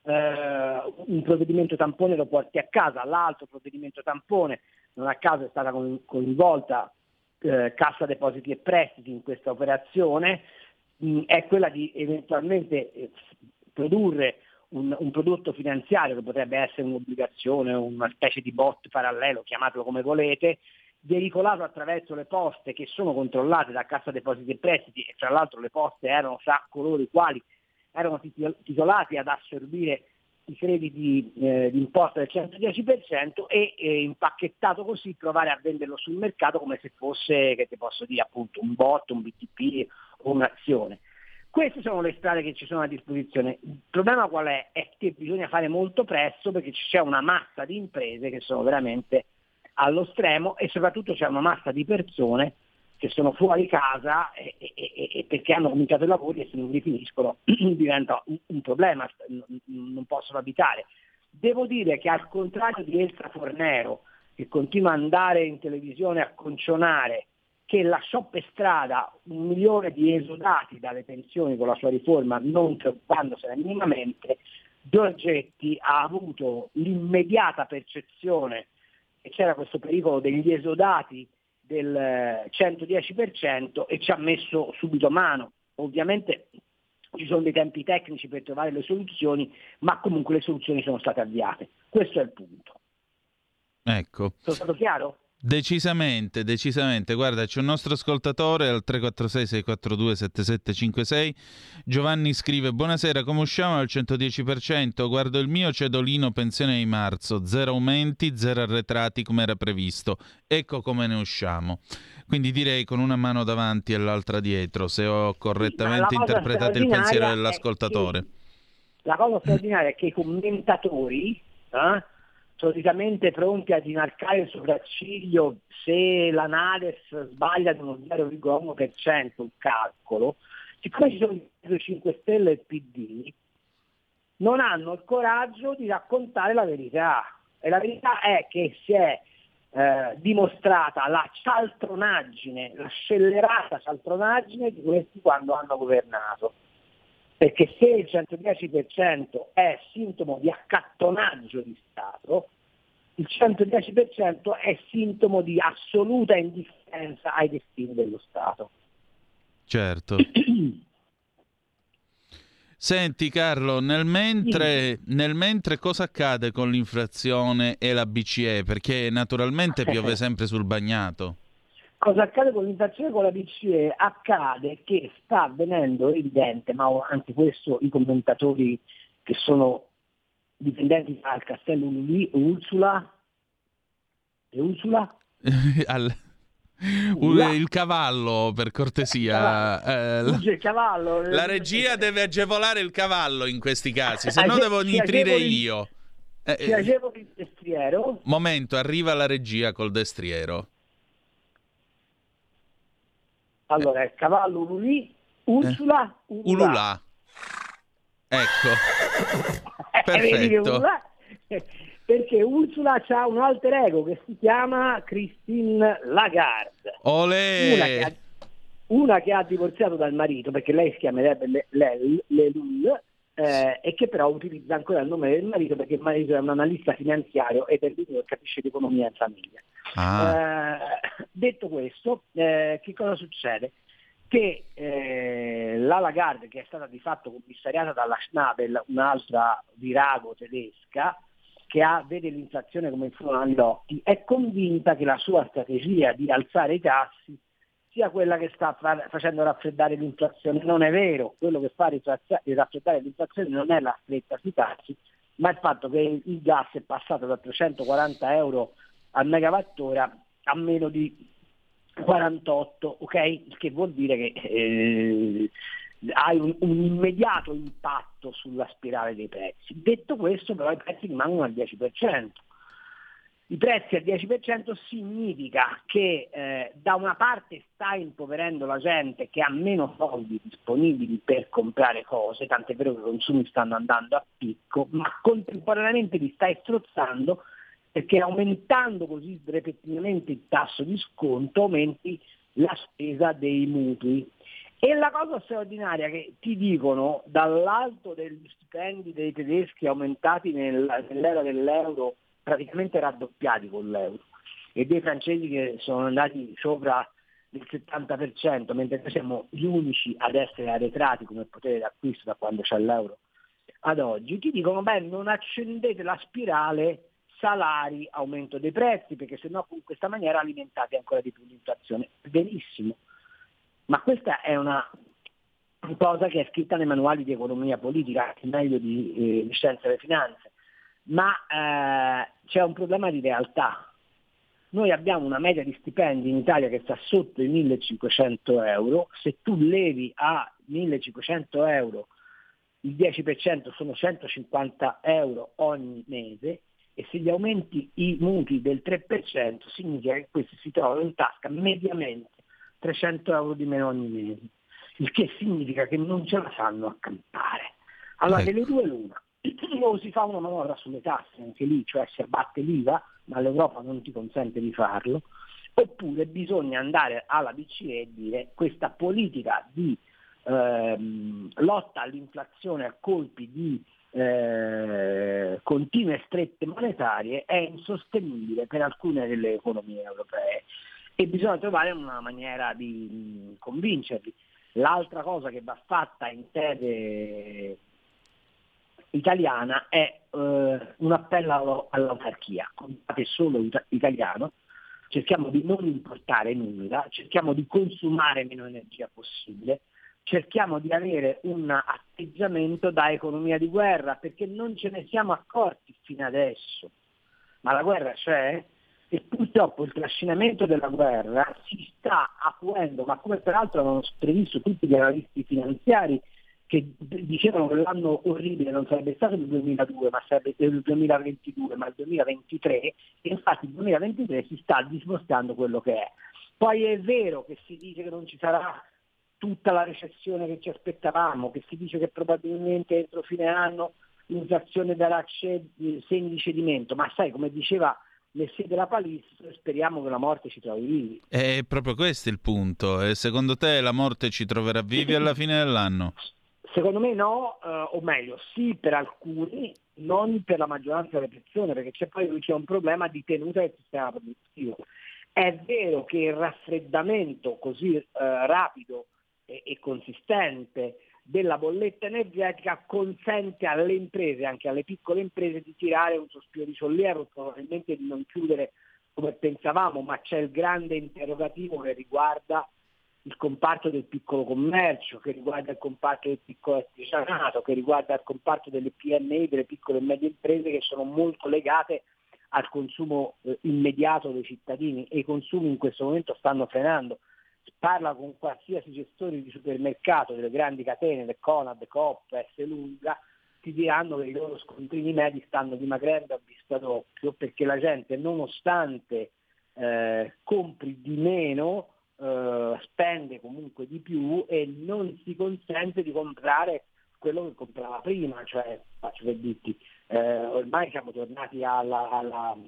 un provvedimento tampone lo porti a casa. L'altro provvedimento tampone, non a caso è stata coinvolta Cassa Depositi e Prestiti in questa operazione, è quella di eventualmente produrre un prodotto finanziario che potrebbe essere un'obbligazione, una specie di bot parallelo, chiamatelo come volete, veicolato attraverso le poste che sono controllate da Cassa Depositi e Prestiti, e tra l'altro le poste erano coloro i quali erano titolati ad assorbire i crediti d'imposta del 110% e impacchettato così provare a venderlo sul mercato come se fosse, che ti posso dire, appunto un bot, un BTP o un'azione. Queste sono le strade che ci sono a disposizione. Il problema qual è? È che bisogna fare molto presto perché c'è una massa di imprese che sono veramente allo stremo e soprattutto c'è una massa di persone che sono fuori casa e perché hanno cominciato i lavori e se non li finiscono diventa un problema, non possono abitare. Devo dire che al contrario di Elsa Fornero, che continua ad andare in televisione a concionare che lasciò per strada 1 milione di esodati dalle pensioni con la sua riforma, non preoccupandosene minimamente, Giorgetti ha avuto l'immediata percezione che c'era questo pericolo degli esodati del 110% e ci ha messo subito mano. Ovviamente ci sono dei tempi tecnici per trovare le soluzioni, ma comunque le soluzioni sono state avviate. Questo è il punto. Ecco. Sono stato chiaro? Decisamente. Guarda, c'è un nostro ascoltatore al 346-642-7756. Giovanni scrive: buonasera, come usciamo al 110%? Guardo il mio cedolino pensione di marzo, 0 aumenti, 0 arretrati come era previsto. Ecco come ne usciamo. Quindi direi con una mano davanti e l'altra dietro, se ho correttamente interpretato il pensiero dell'ascoltatore. La cosa straordinaria è che i commentatori solitamente pronti ad inarcare il sopracciglio se la NADEF sbaglia di uno 0,1% il calcolo, siccome ci sono i 5 Stelle e il PD, non hanno il coraggio di raccontare la verità. E la verità è che si è dimostrata la cialtronaggine, la scellerata cialtronaggine di questi quando hanno governato. Perché se il 110% è sintomo di accattonaggio di Stato, il 110% è sintomo di assoluta indifferenza ai destini dello Stato. Certo. Senti Carlo, nel mentre cosa accade con l'inflazione e la BCE? Perché naturalmente piove sempre sul bagnato. Cosa accade con l'inflazione e con la BCE? Accade che sta avvenendo evidente, ma anche questo i commentatori che sono dipendenti dal castello Ursula? Il cavallo, per cortesia. Il cavallo. La regia deve agevolare il cavallo in questi casi, se no devo nitrire io. Ci agevoli il destriero. Momento, arriva la regia col destriero. Allora, il cavallo Ululì, Ursula, Ululà. Ecco. Vedi che Perfetto. perché Ursula ha un alter ego che si chiama Christine Lagarde. Olè! Una che ha divorziato dal marito, perché lei si chiamerebbe Lelul, e che però utilizza ancora il nome del marito perché il marito è un analista finanziario ed è l'unico che capisce di economia in famiglia. Detto questo, che cosa succede? Che la Lagarde, che è stata di fatto commissariata dalla Schnabel, un'altra virago tedesca, che vede l'inflazione come il fumo agli occhi, è convinta che la sua strategia di alzare i tassi sia quella che sta facendo raffreddare l'inflazione. Non è vero, quello che fa raffreddare l'inflazione non è la stretta sui tassi, ma il fatto che il gas è passato da 340 euro al megawattora a meno di 48, ok? Il che vuol dire che hai un immediato impatto sulla spirale dei prezzi. Detto questo, però, i prezzi rimangono al 10%. I prezzi al 10% significa che da una parte sta impoverendo la gente che ha meno soldi disponibili per comprare cose, tant'è vero che i consumi stanno andando a picco, ma contemporaneamente li sta strozzando perché aumentando così repettivamente il tasso di sconto aumenti la spesa dei mutui. E la cosa straordinaria che ti dicono dall'alto degli stipendi dei tedeschi aumentati nell'era dell'euro, praticamente raddoppiati con l'euro, e dei francesi che sono andati sopra il 70%, mentre noi siamo gli unici ad essere arretrati come potere d'acquisto da quando c'è l'euro ad oggi, ti dicono non accendete la spirale salari, aumento dei prezzi, perché sennò in questa maniera alimentate ancora di più l'inflazione. Benissimo, ma questa è una cosa che è scritta nei manuali di economia politica, anche meglio di scienza delle finanze, ma c'è un problema di realtà. Noi abbiamo una media di stipendi in Italia che sta sotto i 1.500 euro, se tu levi a 1.500 euro il 10% sono 150 euro ogni mese, e se gli aumenti i mutui del 3% significa che questi si trovano in tasca mediamente 300 euro di meno ogni mese, il che significa che non ce la fanno a campare. Allora, delle due l'una, o si fa una manovra sulle tasse anche lì, cioè si abbatte l'IVA, ma l'Europa non ti consente di farlo, oppure bisogna andare alla BCE e dire questa politica di lotta all'inflazione a colpi di continue strette monetarie è insostenibile per alcune delle economie europee e bisogna trovare una maniera di convincerli. L'altra cosa che va fatta in sede italiana è un appello all'autarchia. Comprate solo italiano, cerchiamo di non importare nulla, cerchiamo di consumare meno energia possibile, cerchiamo di avere un atteggiamento da economia di guerra, perché non ce ne siamo accorti fino adesso, ma la guerra c'è e purtroppo il trascinamento della guerra si sta acuendo, ma come peraltro avevano previsto tutti gli analisti finanziari che dicevano che l'anno orribile non sarebbe stato il 2002, ma sarebbe il 2022, ma il 2023, e infatti il 2023 si sta dimostrando quello che è. Poi è vero che si dice che non ci sarà tutta la recessione che ci aspettavamo, che si dice che probabilmente entro fine anno l'inflazione darà segni di cedimento, ma sai, come diceva Messier della Palisse, speriamo che la morte ci trovi vivi. È proprio questo il punto. E secondo te la morte ci troverà vivi alla fine dell'anno? Secondo me no, o meglio, sì per alcuni, non per la maggioranza delle persone, perché c'è un problema di tenuta del sistema produttivo. È vero che il raffreddamento così rapido e consistente della bolletta energetica consente alle imprese, anche alle piccole imprese, di tirare un sospiro di sollievo, probabilmente di non chiudere come pensavamo, ma c'è il grande interrogativo che riguarda il comparto del piccolo commercio, che riguarda il comparto del piccolo artigianato, che riguarda il comparto delle PMI, delle piccole e medie imprese, che sono molto legate al consumo immediato dei cittadini, e i consumi in questo momento stanno frenando. Parla con qualsiasi gestore di supermercato delle grandi catene, le Conad, Coop, S. Lunga, ti diranno che i loro scontrini medi stanno dimagrendo a vista d'occhio, perché la gente, nonostante compri di meno, spende comunque di più e non si consente di comprare quello che comprava prima, cioè faccio per dirti, ormai siamo tornati al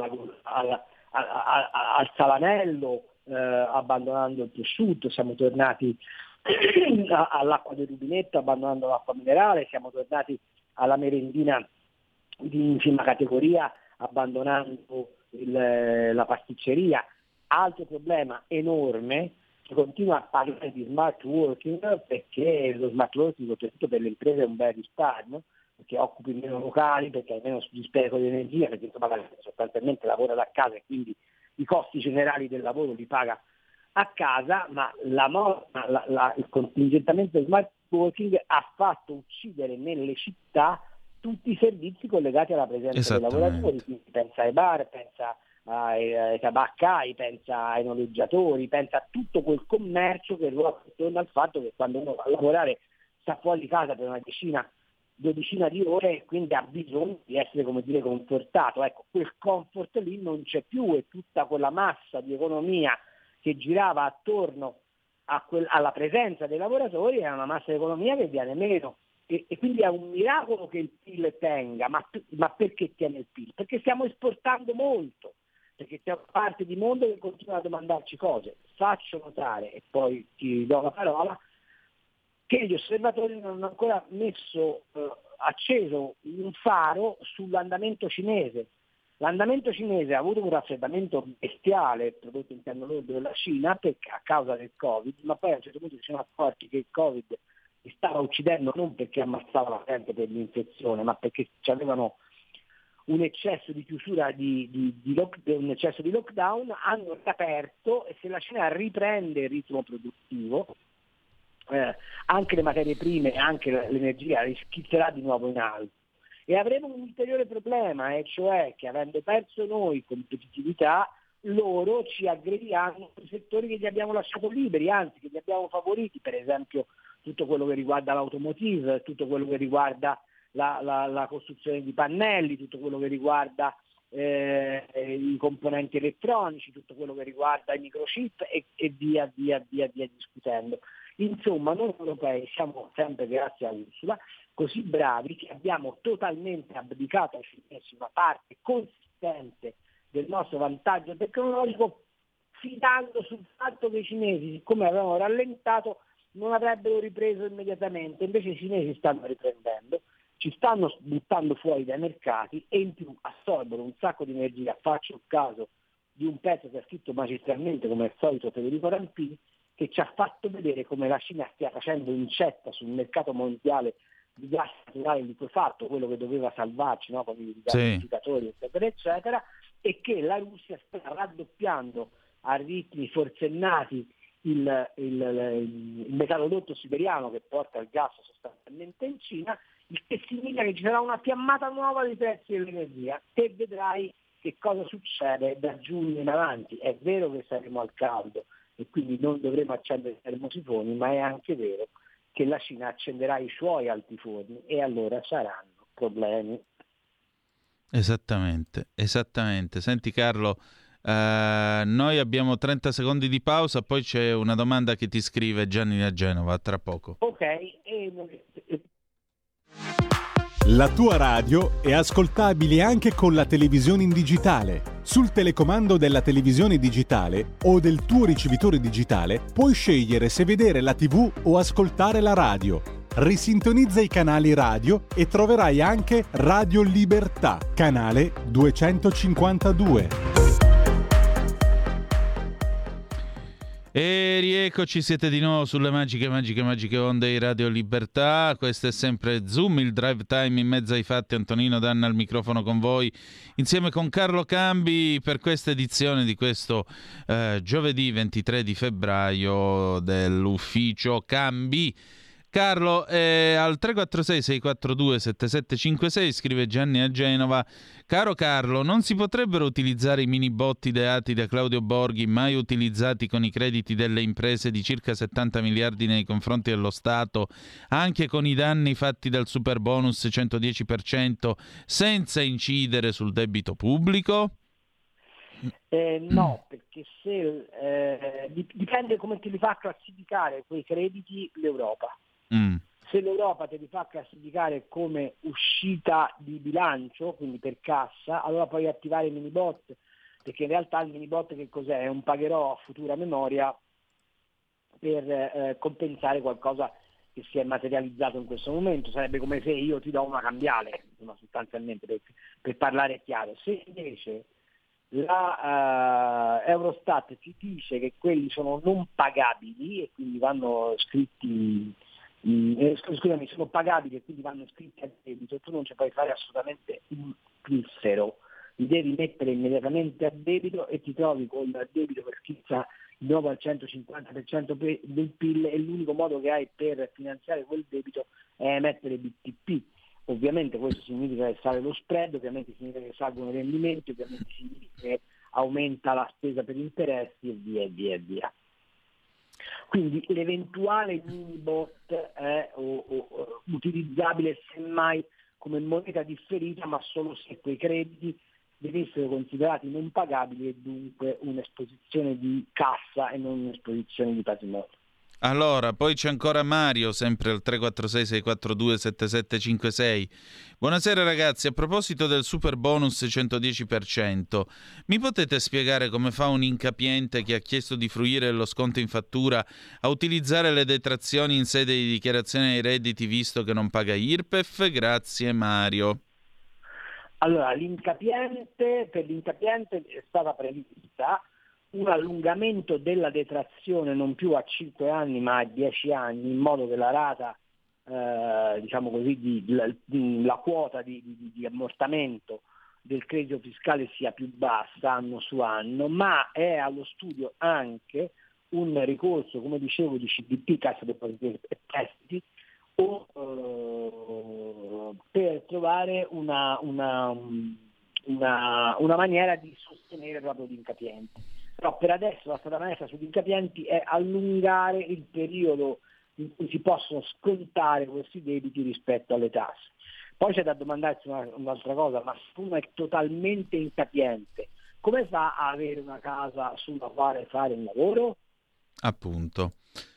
salanello, abbandonando il prosciutto, siamo tornati all'acqua del rubinetto abbandonando l'acqua minerale, siamo tornati alla merendina di infima categoria abbandonando la pasticceria. Altro problema enorme, si continua a parlare di smart working perché lo smart working soprattutto per le imprese è un bel risparmio, perché occupi meno locali, perché hai meno spreco di energia, perché insomma sostanzialmente lavora da casa e quindi i costi generali del lavoro li paga a casa, ma il contingentamento del smart working ha fatto uccidere nelle città tutti i servizi collegati alla presenza dei lavoratori, quindi pensa ai bar, pensa ai tabaccai, pensa ai noleggiatori, pensa a tutto quel commercio che ruota attorno al fatto che quando uno va a lavorare sta fuori di casa per una dodicina di ore e quindi ha bisogno di essere, come dire, confortato. Ecco, quel comfort lì non c'è più e tutta quella massa di economia che girava attorno alla presenza dei lavoratori è una massa di economia che viene meno. E quindi è un miracolo che il PIL tenga, ma perché tiene il PIL? Perché stiamo esportando molto, perché siamo parte di mondo che continua a domandarci cose. Faccio notare, e poi ti do la parola, che gli osservatori non hanno ancora acceso un faro sull'andamento cinese. L'andamento cinese ha avuto un raffreddamento bestiale, prodotto interno lordo della Cina, a causa del Covid, ma poi a un certo punto si sono accorti che il Covid li stava uccidendo non perché ammazzava la gente per l'infezione, ma perché avevano un eccesso di chiusura, un eccesso di lockdown, hanno riaperto e se la Cina riprende il ritmo produttivo, anche le materie prime, anche l'energia rischierà di nuovo in alto. E avremo un ulteriore problema, e cioè che avendo perso noi competitività, loro ci aggrediranno i settori che gli abbiamo lasciato liberi, anzi che li abbiamo favoriti, per esempio tutto quello che riguarda l'automotive, tutto quello che riguarda la costruzione di pannelli, tutto quello che riguarda i componenti elettronici, tutto quello che riguarda i microchip e via discutendo. Insomma, noi europei siamo sempre, grazie a Ursula, così bravi che abbiamo totalmente abdicato ai cinesi una parte consistente del nostro vantaggio tecnologico, fidando sul fatto che i cinesi, siccome avevano rallentato, non avrebbero ripreso immediatamente. Invece i cinesi stanno riprendendo, ci stanno buttando fuori dai mercati e in più assorbono un sacco di energia. Faccio il caso di un pezzo che ha scritto magistralmente, come al solito, Federico Rampini, che ci ha fatto vedere come la Cina stia facendo incetta sul mercato mondiale di gas naturale liquefatto, quello che doveva salvarci, no? Con i gasificatori, eccetera, eccetera, e che la Russia sta raddoppiando a ritmi forsennati il metalodotto siberiano che porta il gas sostanzialmente in Cina, il che significa che ci sarà una fiammata nuova dei prezzi dell'energia e vedrai che cosa succede da giugno in avanti. È vero che saremo al caldo e quindi non dovremo accendere i termosifoni, ma è anche vero che la Cina accenderà i suoi altiforni e allora saranno problemi. Esattamente. Senti Carlo, noi abbiamo 30 secondi di pausa, poi c'è una domanda che ti scrive Gianni da Genova, tra poco. Ok. La tua radio è ascoltabile anche con la televisione in digitale. Sul telecomando della televisione digitale o del tuo ricevitore digitale puoi scegliere se vedere la TV o ascoltare la radio. Risintonizza i canali radio e troverai anche Radio Libertà, canale 252. E rieccoci, siete di nuovo sulle magiche onde di Radio Libertà. Questo è sempre Zoom, il drive time in mezzo ai fatti. Antonino Danna al microfono con voi, insieme con Carlo Cambi per questa edizione di questo giovedì 23 di febbraio dell'ufficio Cambi. Carlo, al 346-642-7756 scrive Gianni a Genova: caro Carlo, non si potrebbero utilizzare i mini bot ideati da Claudio Borghi, mai utilizzati con i crediti delle imprese di circa 70 miliardi nei confronti dello Stato, anche con i danni fatti dal super bonus 110%, senza incidere sul debito pubblico? No, perché se dipende come ti li fa classificare quei crediti l'Europa. Se l'Europa te li fa classificare come uscita di bilancio, quindi per cassa, allora puoi attivare i minibot, perché in realtà il minibot che cos'è? È un pagherò a futura memoria per compensare qualcosa che si è materializzato in questo momento. Sarebbe come se io ti do una cambiale, insomma, sostanzialmente, per parlare chiaro. Se invece la Eurostat ti dice che quelli sono non pagabili e quindi vanno scritti sono pagabili e quindi vanno scritti a debito, tu non ci puoi fare assolutamente un piffero, li devi mettere immediatamente a debito e ti trovi con il debito che schizza di nuovo al 150% del PIL, e l'unico modo che hai per finanziare quel debito è emettere BTP. Ovviamente questo significa che sale lo spread, ovviamente significa che salgono i rendimenti, ovviamente significa che aumenta la spesa per interessi e via e via e via. Quindi l'eventuale minibot è utilizzabile semmai come moneta differita, ma solo se quei crediti venissero considerati non pagabili e dunque un'esposizione di cassa e non un'esposizione di patrimonio. Allora, poi c'è ancora Mario, sempre al 346-642-7756. Buonasera ragazzi, a proposito del super bonus 110%, mi potete spiegare come fa un incapiente che ha chiesto di fruire lo sconto in fattura a utilizzare le detrazioni in sede di dichiarazione dei redditi visto che non paga IRPEF? Grazie Mario. Allora, per l'incapiente è stata prevista un allungamento della detrazione non più a 5 anni ma a 10 anni, in modo che la rata, diciamo così, la quota di ammortamento del credito fiscale sia più bassa anno su anno, ma è allo studio anche un ricorso, come dicevo, di CDP, Cassa Depositi e Prestiti, o per trovare una maniera di sostenere proprio l'incapiente. Però per adesso la strada maestra sugli incapienti è allungare il periodo in cui si possono scontare questi debiti rispetto alle tasse. Poi c'è da domandarsi un'altra cosa: ma se uno è totalmente incapiente, come fa a avere una casa sulla quale fare un lavoro? Appunto.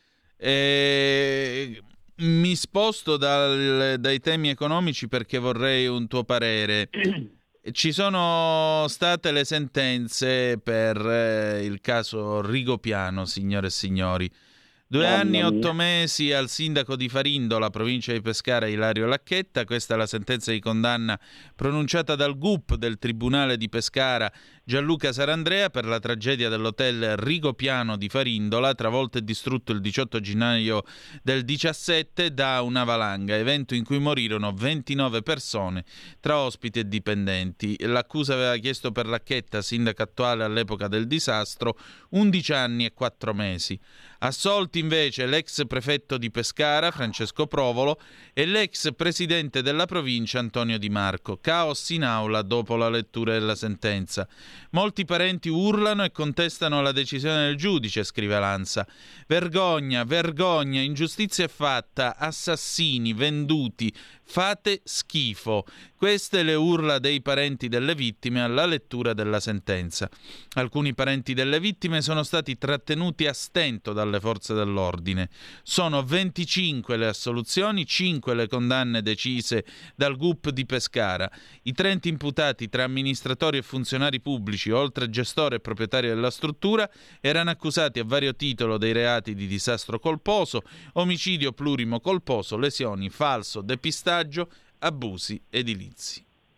Mi sposto dai temi economici perché vorrei un tuo parere. Ci sono state le sentenze per il caso Rigopiano, signore e signori. 2 anni e 8 mesi al sindaco di Farindola, provincia di Pescara, Ilario Lacchetta. Questa è la sentenza di condanna pronunciata dal GUP del Tribunale di Pescara, Gianluca Sarandrea, per la tragedia dell'hotel Rigopiano di Farindola, travolto e distrutto il 18 gennaio del 17 da una valanga, evento in cui morirono 29 persone, tra ospiti e dipendenti. L'accusa aveva chiesto per Lacchetta, sindaco attuale all'epoca del disastro, 11 anni e 4 mesi. Assolti invece l'ex prefetto di Pescara, Francesco Provolo, e l'ex presidente della provincia, Antonio Di Marco. Caos in aula dopo la lettura della sentenza. Molti parenti urlano e contestano la decisione del giudice, scrive Lanza. Vergogna, vergogna, ingiustizia è fatta, assassini, venduti, fate schifo. Queste le urla dei parenti delle vittime alla lettura della sentenza. Alcuni parenti delle vittime sono stati trattenuti a stento dalle forze dell'ordine. Sono 25 le assoluzioni, 5 le condanne decise dal GUP di Pescara. I 30 imputati tra amministratori e funzionari pubblici, oltre gestore e proprietario della struttura, erano accusati a vario titolo dei reati di disastro colposo, omicidio plurimo colposo, lesioni, falso, depistaggio, abusi edilizi.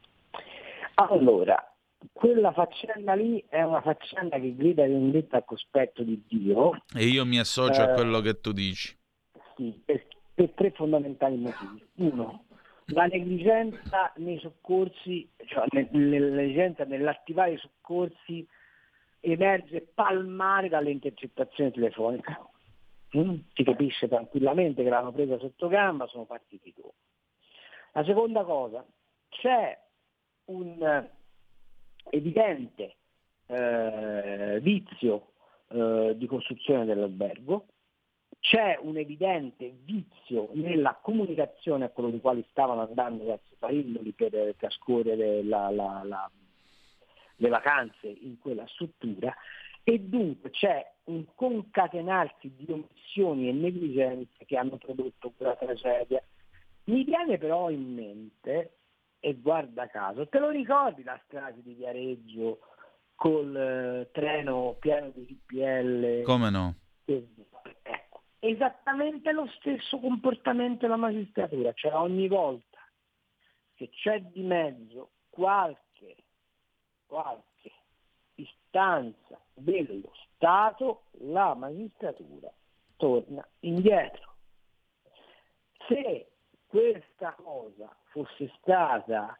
Allora, quella faccenda lì è una faccenda che grida vendetta al cospetto di Dio. E io mi associo a quello che tu dici. Sì, per 3 fondamentali motivi. Uno, la negligenza nei soccorsi, cioè negligenza nell'attivare i soccorsi emerge palmare dalle intercettazioni telefoniche. Si capisce tranquillamente che l'hanno presa sotto gamba, sono partiti dopo. La seconda cosa, c'è un evidente vizio di costruzione dell'albergo, c'è un evidente vizio nella comunicazione a coloro i quali stavano andando verso Farindoli per trascorrere le vacanze in quella struttura, e dunque c'è un concatenarsi di omissioni e negligenze che hanno prodotto quella tragedia. Mi viene però in mente, e guarda caso, te lo ricordi la strage di Viareggio col treno pieno di GPL? Come no? Ecco, esattamente lo stesso comportamento della magistratura, cioè ogni volta che c'è di mezzo qualche istanza dello Stato, la magistratura torna indietro. Se questa cosa fosse stata,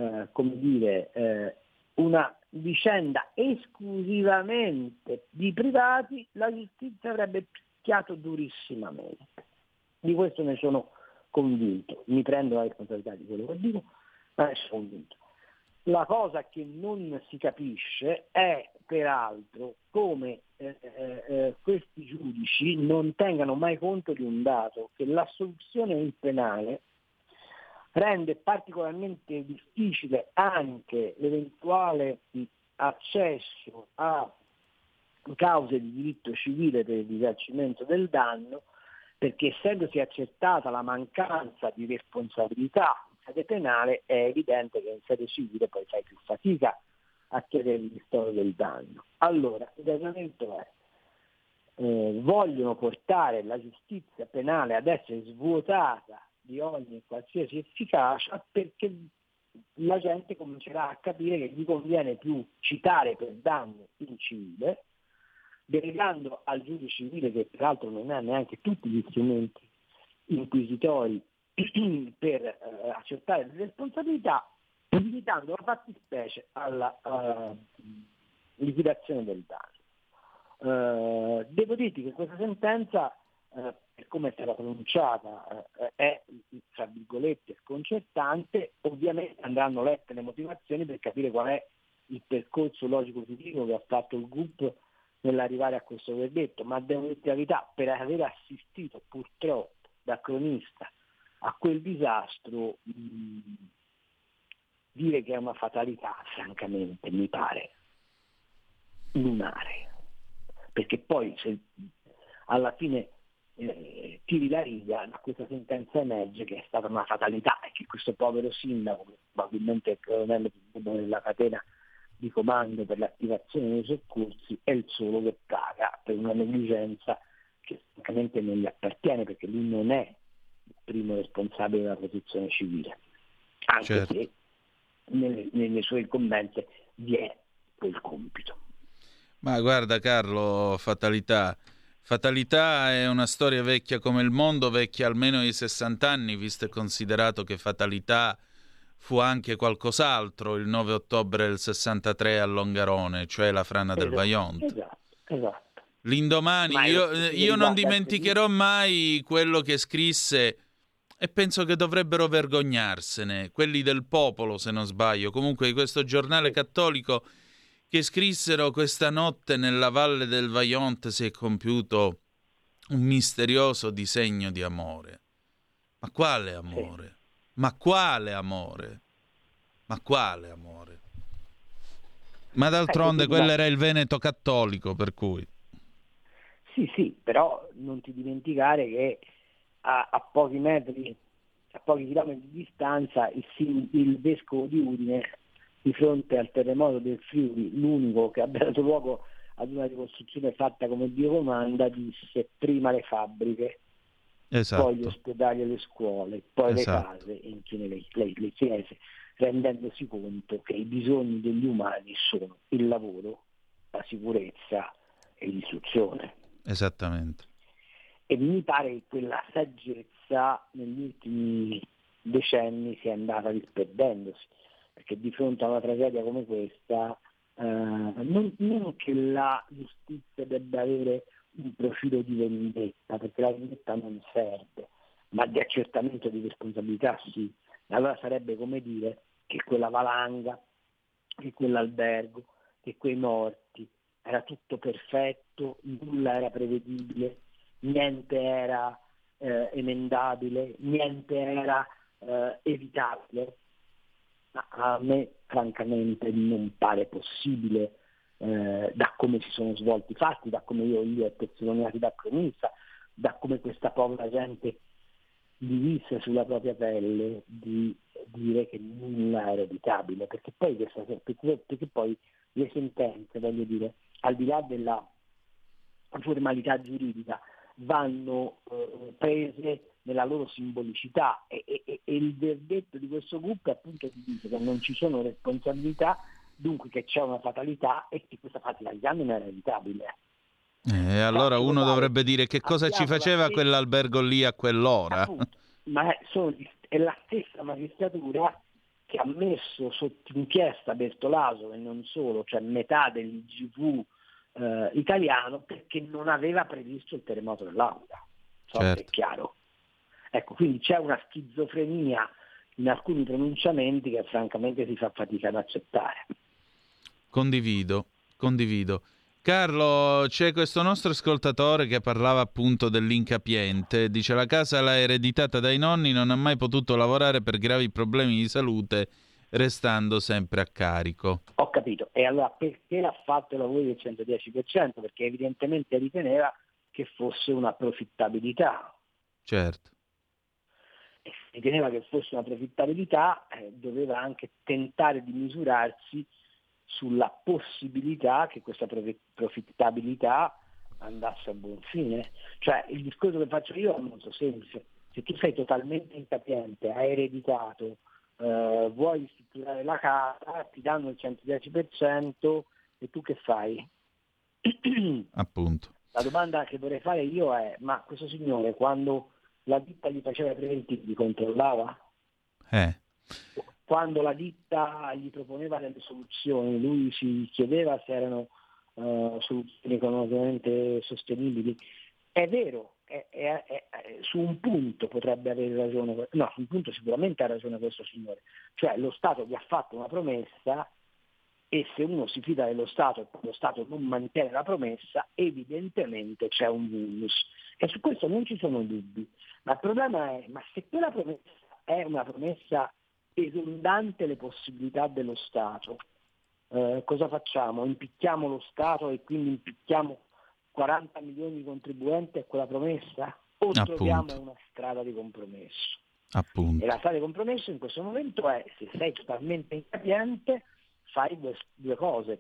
una vicenda esclusivamente di privati, la giustizia avrebbe picchiato durissimamente. Di questo ne sono convinto, mi prendo la responsabilità di quello che dico, ma ne sono convinto. La cosa che non si capisce è peraltro come questi giudici non tengano mai conto di un dato, che l'assoluzione in penale rende particolarmente difficile anche l'eventuale accesso a cause di diritto civile per il risarcimento del danno, perché essendosi accertata la mancanza di responsabilità in sede penale, è evidente che in sede civile poi fai più fatica a chiedere il ristoro del danno. Allora, il ragionamento è vogliono portare la giustizia penale ad essere svuotata di ogni qualsiasi efficacia, perché la gente comincerà a capire che gli conviene più citare per danno in civile, delegando al giudice civile, che peraltro non ha neanche tutti gli strumenti inquisitori per accertare le responsabilità, limitando la fattispecie alla liquidazione del danno. Devo dirti che questa sentenza, per come è stata pronunciata, è, tra virgolette, sconcertante. Ovviamente andranno lette le motivazioni per capire qual è il percorso logico-giuridico che ha fatto il GUP nell'arrivare a questo verdetto, ma devo dirti la verità, per aver assistito purtroppo da cronista a quel disastro, dire che è una fatalità, francamente, mi pare lunare, perché poi se alla fine tiri la riga, da questa sentenza emerge che è stata una fatalità e che questo povero sindaco, che probabilmente è il colonnello più debole della catena di comando per l'attivazione dei soccorsi, è il solo che paga per una negligenza che francamente non gli appartiene, perché lui non è il primo responsabile della protezione civile, anche certo, se nelle sue incombenze vi è quel compito. Ma guarda Carlo, fatalità è una storia vecchia come il mondo, vecchia almeno di 60 anni, visto e considerato che fatalità fu anche qualcos'altro il 9 ottobre del 63 a Longarone, cioè la frana del Vajont. Esatto. L'indomani, io non dimenticherò mai quello che scrisse, e penso che dovrebbero vergognarsene, quelli del Popolo, se non sbaglio, comunque di questo giornale cattolico, che scrissero: questa notte nella valle del Vajont si è compiuto un misterioso disegno di amore. Ma quale amore? Ma quale amore? Ma quale amore? Ma d'altronde quello era il Veneto cattolico, per cui... Sì, però non ti dimenticare che a pochi metri, a pochi chilometri di distanza, il vescovo di Udine, di fronte al terremoto del Friuli, l'unico che abbia dato luogo ad una ricostruzione fatta come Dio comanda, disse: prima le fabbriche, esatto, poi gli ospedali e le scuole, poi esatto, le case e infine le chiese, rendendosi conto che i bisogni degli umani sono il lavoro, la sicurezza e l'istruzione. Esattamente. E mi pare che quella saggezza negli ultimi decenni sia andata disperdendosi, perché di fronte a una tragedia come questa non che la giustizia debba avere un profilo di vendetta, perché la vendetta non serve, ma di accertamento di responsabilità sì. Allora sarebbe come dire che quella valanga, che quell'albergo, che quei morti, era tutto perfetto, nulla era prevedibile, niente era emendabile, niente era evitabile. Ma a me francamente non pare possibile, da come si sono svolti i fatti, da come io ho testimoniato da cronista, da come questa povera gente divisa sulla propria pelle, di dire che nulla è evitabile, perché poi le sentenze, voglio dire, al di là della formalità giuridica, vanno prese nella loro simbolicità e il verdetto di questo gruppo è appunto di dire che non ci sono responsabilità, dunque che c'è una fatalità e che questa fatalità non era evitabile. Allora uno dovrebbe dire che cosa ci faceva quell'albergo lì a quell'ora? Appunto, ma è la stessa magistratura che ha messo sotto inchiesta Bertolaso e non solo, cioè metà dell'IGV italiano, perché non aveva previsto il terremoto dell'Aquila. Certo. È chiaro. Ecco, quindi c'è una schizofrenia in alcuni pronunciamenti che francamente si fa fatica ad accettare. Condivido. Carlo, c'è questo nostro ascoltatore che parlava appunto dell'incapiente, dice: la casa l'ha ereditata dai nonni, non ha mai potuto lavorare per gravi problemi di salute, restando sempre a carico. Ho capito, e allora perché l'ha fatto i lavori del 110%? Perché evidentemente riteneva che fosse una profittabilità. Certo. E se riteneva che fosse una profittabilità, doveva anche tentare di misurarsi sulla possibilità che questa profittabilità andasse a buon fine. Cioè, il discorso che faccio io è molto semplice: se tu sei totalmente incapiente, hai ereditato, vuoi ristrutturare la casa, ti danno il 110% e tu che fai? Appunto. La domanda che vorrei fare io è: ma questo signore, quando la ditta gli faceva i preventivi, li controllava? Quando la ditta gli proponeva delle soluzioni, lui si chiedeva se erano soluzioni economicamente sostenibili? È vero, su un punto potrebbe avere ragione, no, su un punto sicuramente ha ragione questo signore, cioè lo Stato gli ha fatto una promessa e se uno si fida dello Stato e lo Stato non mantiene la promessa, evidentemente c'è un vulnus, e su questo non ci sono dubbi. Ma il problema è: ma se quella promessa è una promessa esondante le possibilità dello Stato, cosa facciamo? Impicchiamo lo Stato e quindi impicchiamo 40 milioni di contribuenti a quella promessa? O troviamo una strada di compromesso? Appunto. E la strada di compromesso in questo momento è: se sei totalmente incapiente, fai due cose: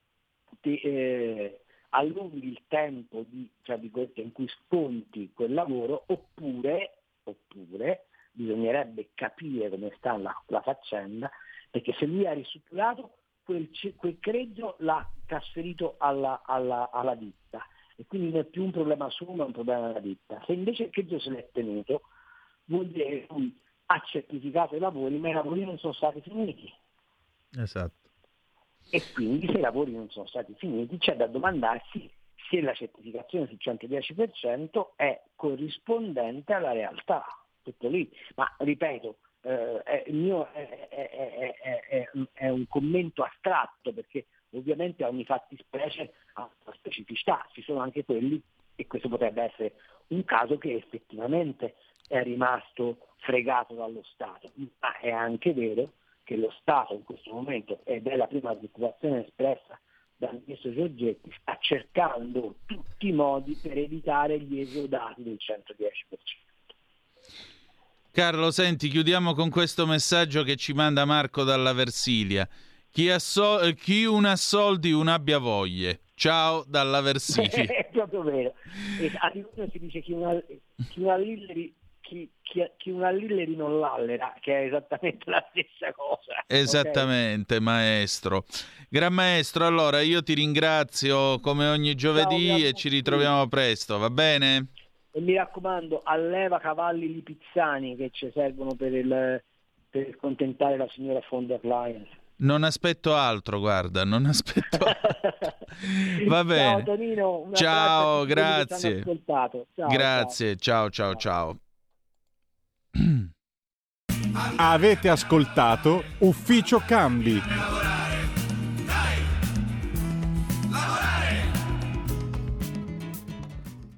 allunghi il tempo in cui sconti quel lavoro, oppure bisognerebbe capire come sta la faccenda, perché se lui ha ristrutturato, quel credito l'ha trasferito alla ditta e quindi non è più un problema suo, ma un problema della ditta. Se invece il credito se l'è tenuto, vuol dire che lui ha certificato i lavori, ma i lavori non sono stati finiti. Esatto. E quindi se i lavori non sono stati finiti, c'è da domandarsi se la certificazione sul 110% è corrispondente alla realtà. Tutto lì. Ma ripeto, il mio è un commento astratto, perché ovviamente ogni fattispecie ha una specificità. Ci sono anche quelli, e questo potrebbe essere un caso, che effettivamente è rimasto fregato dallo Stato, ma è anche vero che lo Stato in questo momento, ed è la prima preoccupazione espressa dal ministro Giorgetti, sta cercando tutti i modi per evitare gli esodati del 110%. Carlo, senti, chiudiamo con questo messaggio che ci manda Marco dalla Versilia. Chi un ha soldi, un abbia voglie. Ciao dalla Versilia. È proprio vero. E addirittura si dice chi una Lilleri non l'allera, che è esattamente la stessa cosa. Esattamente, okay? Maestro. Gran maestro, allora io ti ringrazio come ogni giovedì e ci ritroviamo presto, va bene? E mi raccomando, alleva cavalli lipizzani che ci servono per contentare la signora von der Leyen. Non aspetto altro, guarda, non aspetto altro. Va bene. Ciao Tonino, ciao, grazie. Ciao, grazie, ciao. Avete ascoltato Ufficio Cambi.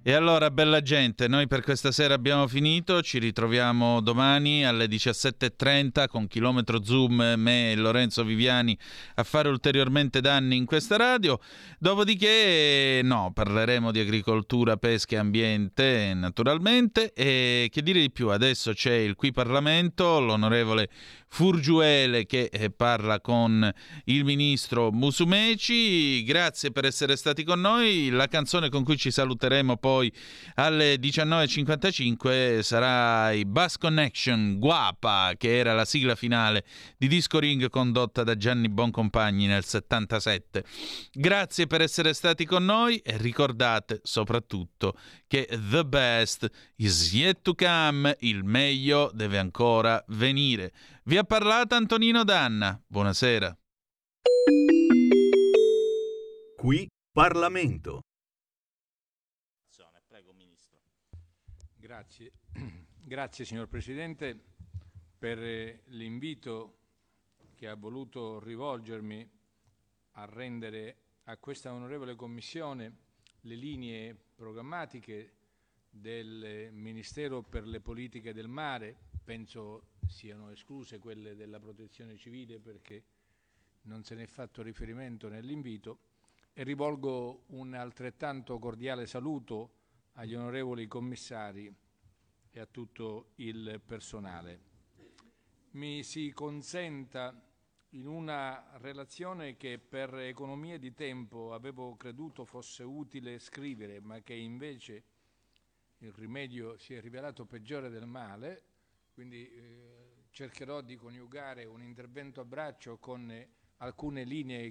E allora, bella gente, noi per questa sera abbiamo finito, ci ritroviamo domani alle 17.30 con Chilometro Zoom, me e Lorenzo Viviani a fare ulteriormente danni in questa radio. Dopodiché, no, parleremo di agricoltura, pesca e ambiente, naturalmente. E che dire di più, adesso c'è il Qui Parlamento, l'onorevole Furgiuele che parla con il ministro Musumeci. Grazie per essere stati con noi. La canzone con cui ci saluteremo poi alle 19.55 sarà i Bass Connection, Guapa, che era la sigla finale di Disco Ring condotta da Gianni Boncompagni nel 77. Grazie per essere stati con noi e ricordate soprattutto che the best is yet to come, il meglio deve ancora venire. Vi ha parlato Antonino Danna. Buonasera. Qui Parlamento. Prego, Ministro. Grazie signor Presidente per l'invito che ha voluto rivolgermi a rendere a questa onorevole Commissione le linee programmatiche del Ministero per le politiche del mare. Penso siano escluse quelle della protezione civile perché non se ne è fatto riferimento nell'invito, e rivolgo un altrettanto cordiale saluto agli onorevoli commissari e a tutto il personale. Mi si consenta, in una relazione che per economia di tempo avevo creduto fosse utile scrivere, ma che invece il rimedio si è rivelato peggiore del male, quindi cercherò di coniugare un intervento a braccio con alcune linee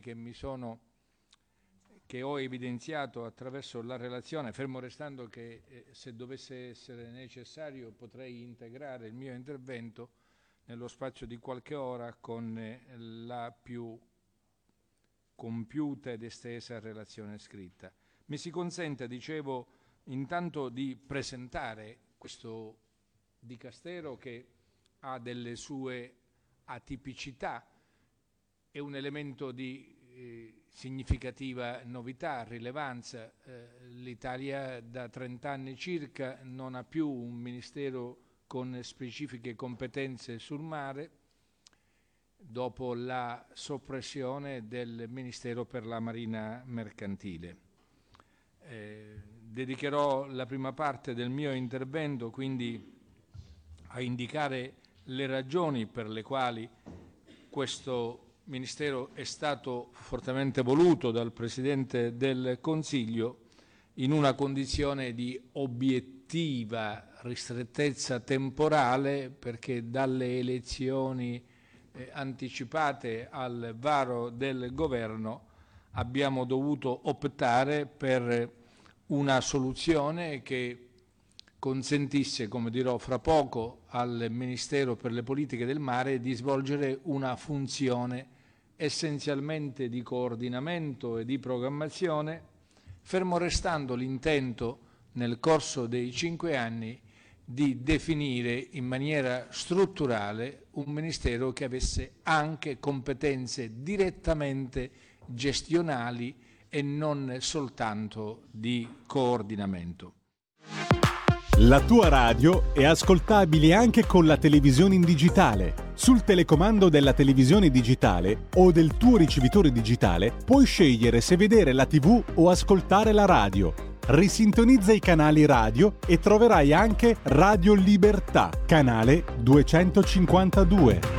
che ho evidenziato attraverso la relazione, fermo restando che se dovesse essere necessario potrei integrare il mio intervento nello spazio di qualche ora con la più compiuta ed estesa relazione scritta. Mi si consenta, dicevo, intanto di presentare questo Dicastero che ha delle sue atipicità e un elemento di significativa novità, rilevanza. L'Italia da 30 anni circa non ha più un ministero con specifiche competenze sul mare, dopo la soppressione del Ministero per la Marina Mercantile. Dedicherò la prima parte del mio intervento quindi a indicare le ragioni per le quali questo Ministero è stato fortemente voluto dal Presidente del Consiglio in una condizione di obiettiva ristrettezza temporale, perché dalle elezioni anticipate al varo del governo abbiamo dovuto optare per una soluzione che consentisse, come dirò fra poco, al Ministero per le politiche del mare di svolgere una funzione essenzialmente di coordinamento e di programmazione, fermo restando l'intento nel corso dei 5 anni di definire in maniera strutturale un Ministero che avesse anche competenze direttamente gestionali e non soltanto di coordinamento. La tua radio è ascoltabile anche con la televisione in digitale. Sul telecomando della televisione digitale o del tuo ricevitore digitale puoi scegliere se vedere la TV o ascoltare la radio. Risintonizza i canali radio e troverai anche Radio Libertà, canale 252.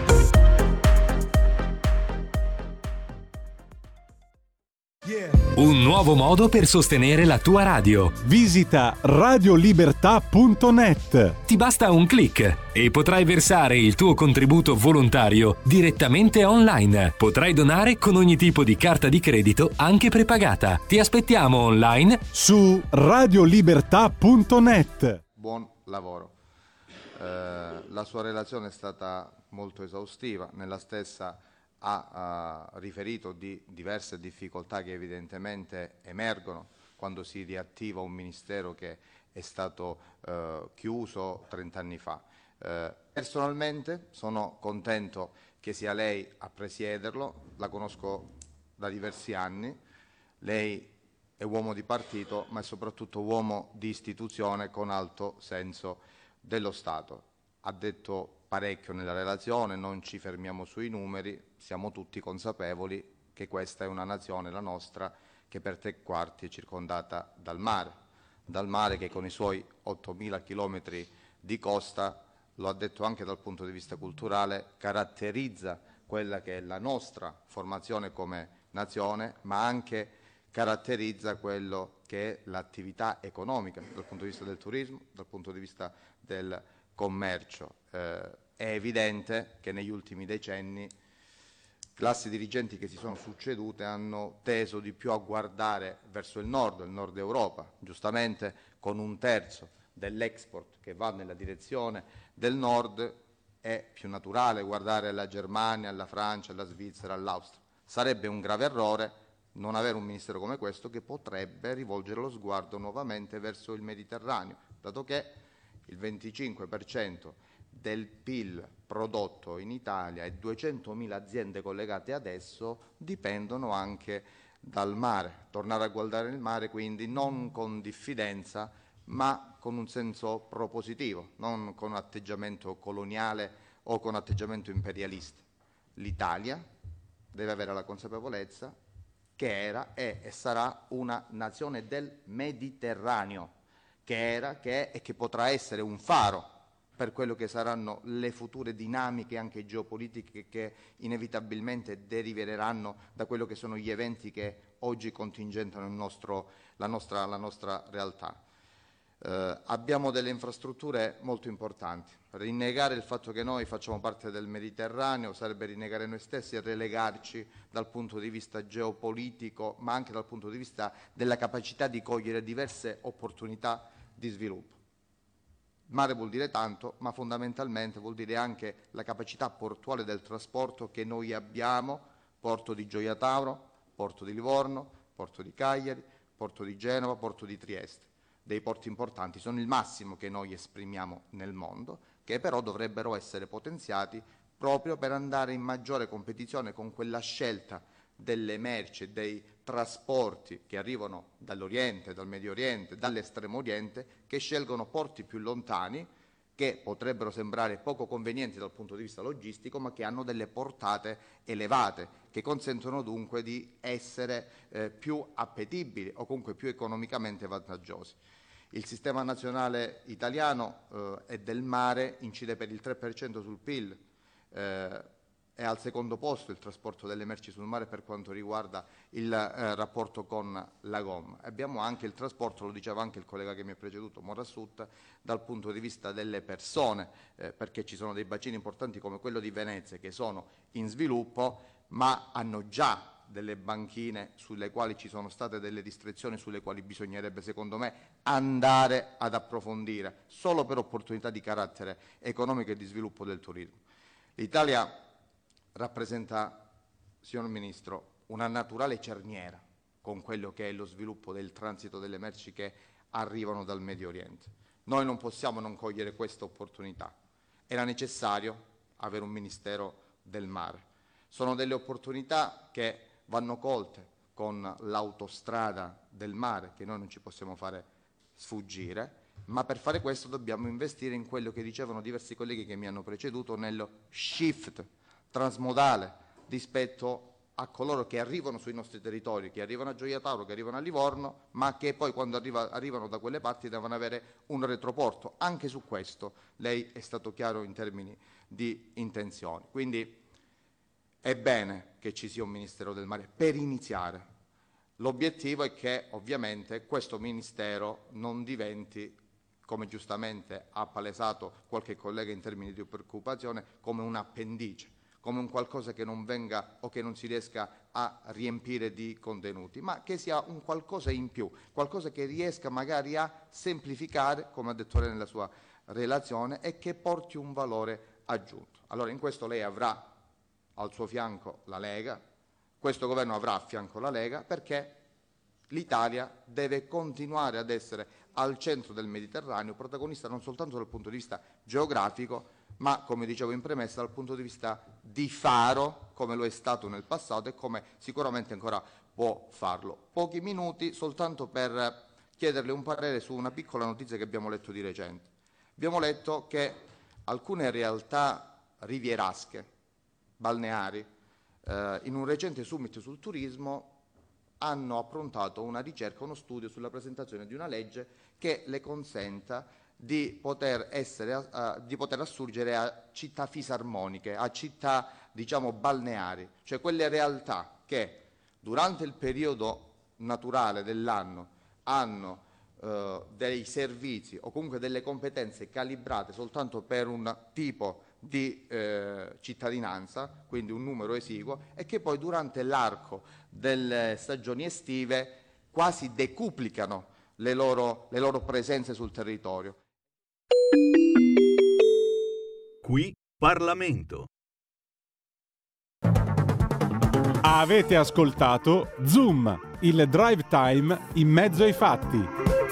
Un nuovo modo per sostenere la tua radio. Visita radiolibertà.net. Ti basta un click e potrai versare il tuo contributo volontario direttamente online. Potrai donare con ogni tipo di carta di credito, anche prepagata. Ti aspettiamo online su radiolibertà.net. Buon lavoro. La sua relazione è stata molto esaustiva. Nella stessa ha riferito di diverse difficoltà che evidentemente emergono quando si riattiva un ministero che è stato chiuso 30 anni fa. Personalmente sono contento che sia lei a presiederlo, la conosco da diversi anni, lei è uomo di partito, ma è soprattutto uomo di istituzione con alto senso dello Stato. Ha detto parecchio nella relazione, non ci fermiamo sui numeri, siamo tutti consapevoli che questa è una nazione, la nostra, che per 3/4 è circondata dal mare che con i suoi 8.000 chilometri di costa, lo ha detto anche dal punto di vista culturale, caratterizza quella che è la nostra formazione come nazione, ma anche caratterizza quello che è l'attività economica dal punto di vista del turismo, dal punto di vista del commercio. È evidente che negli ultimi decenni classi dirigenti che si sono succedute hanno teso di più a guardare verso il nord Europa, giustamente con 1/3 dell'export che va nella direzione del nord. È più naturale guardare alla Germania, alla Francia, alla Svizzera, all'Austria. Sarebbe un grave errore non avere un ministero come questo che potrebbe rivolgere lo sguardo nuovamente verso il Mediterraneo, dato che il 25% del PIL prodotto in Italia e 200.000 aziende collegate adesso dipendono anche dal mare. Tornare a guardare il mare quindi non con diffidenza, ma con un senso propositivo, non con un atteggiamento coloniale o con un atteggiamento imperialista. L'Italia deve avere la consapevolezza che era, è e sarà una nazione del Mediterraneo, che era, che è e che potrà essere un faro per quello che saranno le future dinamiche anche geopolitiche che inevitabilmente deriveranno da quello che sono gli eventi che oggi contingentano la nostra realtà. Abbiamo delle infrastrutture molto importanti. Rinnegare il fatto che noi facciamo parte del Mediterraneo sarebbe rinnegare noi stessi e relegarci dal punto di vista geopolitico, ma anche dal punto di vista della capacità di cogliere diverse opportunità di sviluppo. Mare vuol dire tanto, ma fondamentalmente vuol dire anche la capacità portuale del trasporto che noi abbiamo, porto di Gioia Tauro, porto di Livorno, porto di Cagliari, porto di Genova, porto di Trieste. Dei porti importanti, sono il massimo che noi esprimiamo nel mondo, che però dovrebbero essere potenziati proprio per andare in maggiore competizione con quella scelta delle merci e dei trasporti che arrivano dall'Oriente, dal Medio Oriente, dall'Estremo Oriente, che scelgono porti più lontani, che potrebbero sembrare poco convenienti dal punto di vista logistico, ma che hanno delle portate elevate, che consentono dunque di essere più appetibili o comunque più economicamente vantaggiosi. Il sistema nazionale italiano e del mare incide per il 3% sul PIL, è al secondo posto il trasporto delle merci sul mare per quanto riguarda il rapporto con la gomma. Abbiamo anche il trasporto, lo diceva anche il collega che mi ha preceduto, Morassut, dal punto di vista delle persone, perché ci sono dei bacini importanti come quello di Venezia che sono in sviluppo, ma hanno già delle banchine sulle quali ci sono state delle distrazioni, sulle quali bisognerebbe, secondo me, andare ad approfondire, solo per opportunità di carattere economico e di sviluppo del turismo. L'Italia rappresenta, signor Ministro, una naturale cerniera con quello che è lo sviluppo del transito delle merci che arrivano dal Medio Oriente. Noi non possiamo non cogliere questa opportunità. Era necessario avere un Ministero del Mare. Sono delle opportunità che vanno colte con l'autostrada del mare, che noi non ci possiamo fare sfuggire, ma per fare questo dobbiamo investire in quello che dicevano diversi colleghi che mi hanno preceduto, nello shift transmodale rispetto a coloro che arrivano sui nostri territori, che arrivano a Gioia Tauro, che arrivano a Livorno, ma che poi quando arrivano da quelle parti devono avere un retroporto. Anche su questo lei è stato chiaro in termini di intenzioni. Quindi è bene che ci sia un Ministero del Mare per iniziare. L'obiettivo è che ovviamente questo Ministero non diventi, come giustamente ha palesato qualche collega in termini di preoccupazione, come un appendice, come un qualcosa che non venga o che non si riesca a riempire di contenuti, ma che sia un qualcosa in più, qualcosa che riesca magari a semplificare, come ha detto lei nella sua relazione, e che porti un valore aggiunto. Allora in questo lei avrà al suo fianco la Lega, questo governo avrà a fianco la Lega, perché l'Italia deve continuare ad essere al centro del Mediterraneo, protagonista non soltanto dal punto di vista geografico, ma, come dicevo in premessa, dal punto di vista di faro, come lo è stato nel passato e come sicuramente ancora può farlo. Pochi minuti soltanto per chiederle un parere su una piccola notizia che abbiamo letto di recente. Abbiamo letto che alcune realtà rivierasche, balneari, in un recente summit sul turismo hanno approntato una ricerca, uno studio sulla presentazione di una legge che le consenta di poter assurgere a città fisarmoniche, a città diciamo balneari, cioè quelle realtà che durante il periodo naturale dell'anno hanno dei servizi o comunque delle competenze calibrate soltanto per un tipo di cittadinanza, quindi un numero esiguo, e che poi durante l'arco delle stagioni estive quasi decuplicano le loro presenze sul territorio. Qui Parlamento. Avete ascoltato Zoom, il drive time in mezzo ai fatti.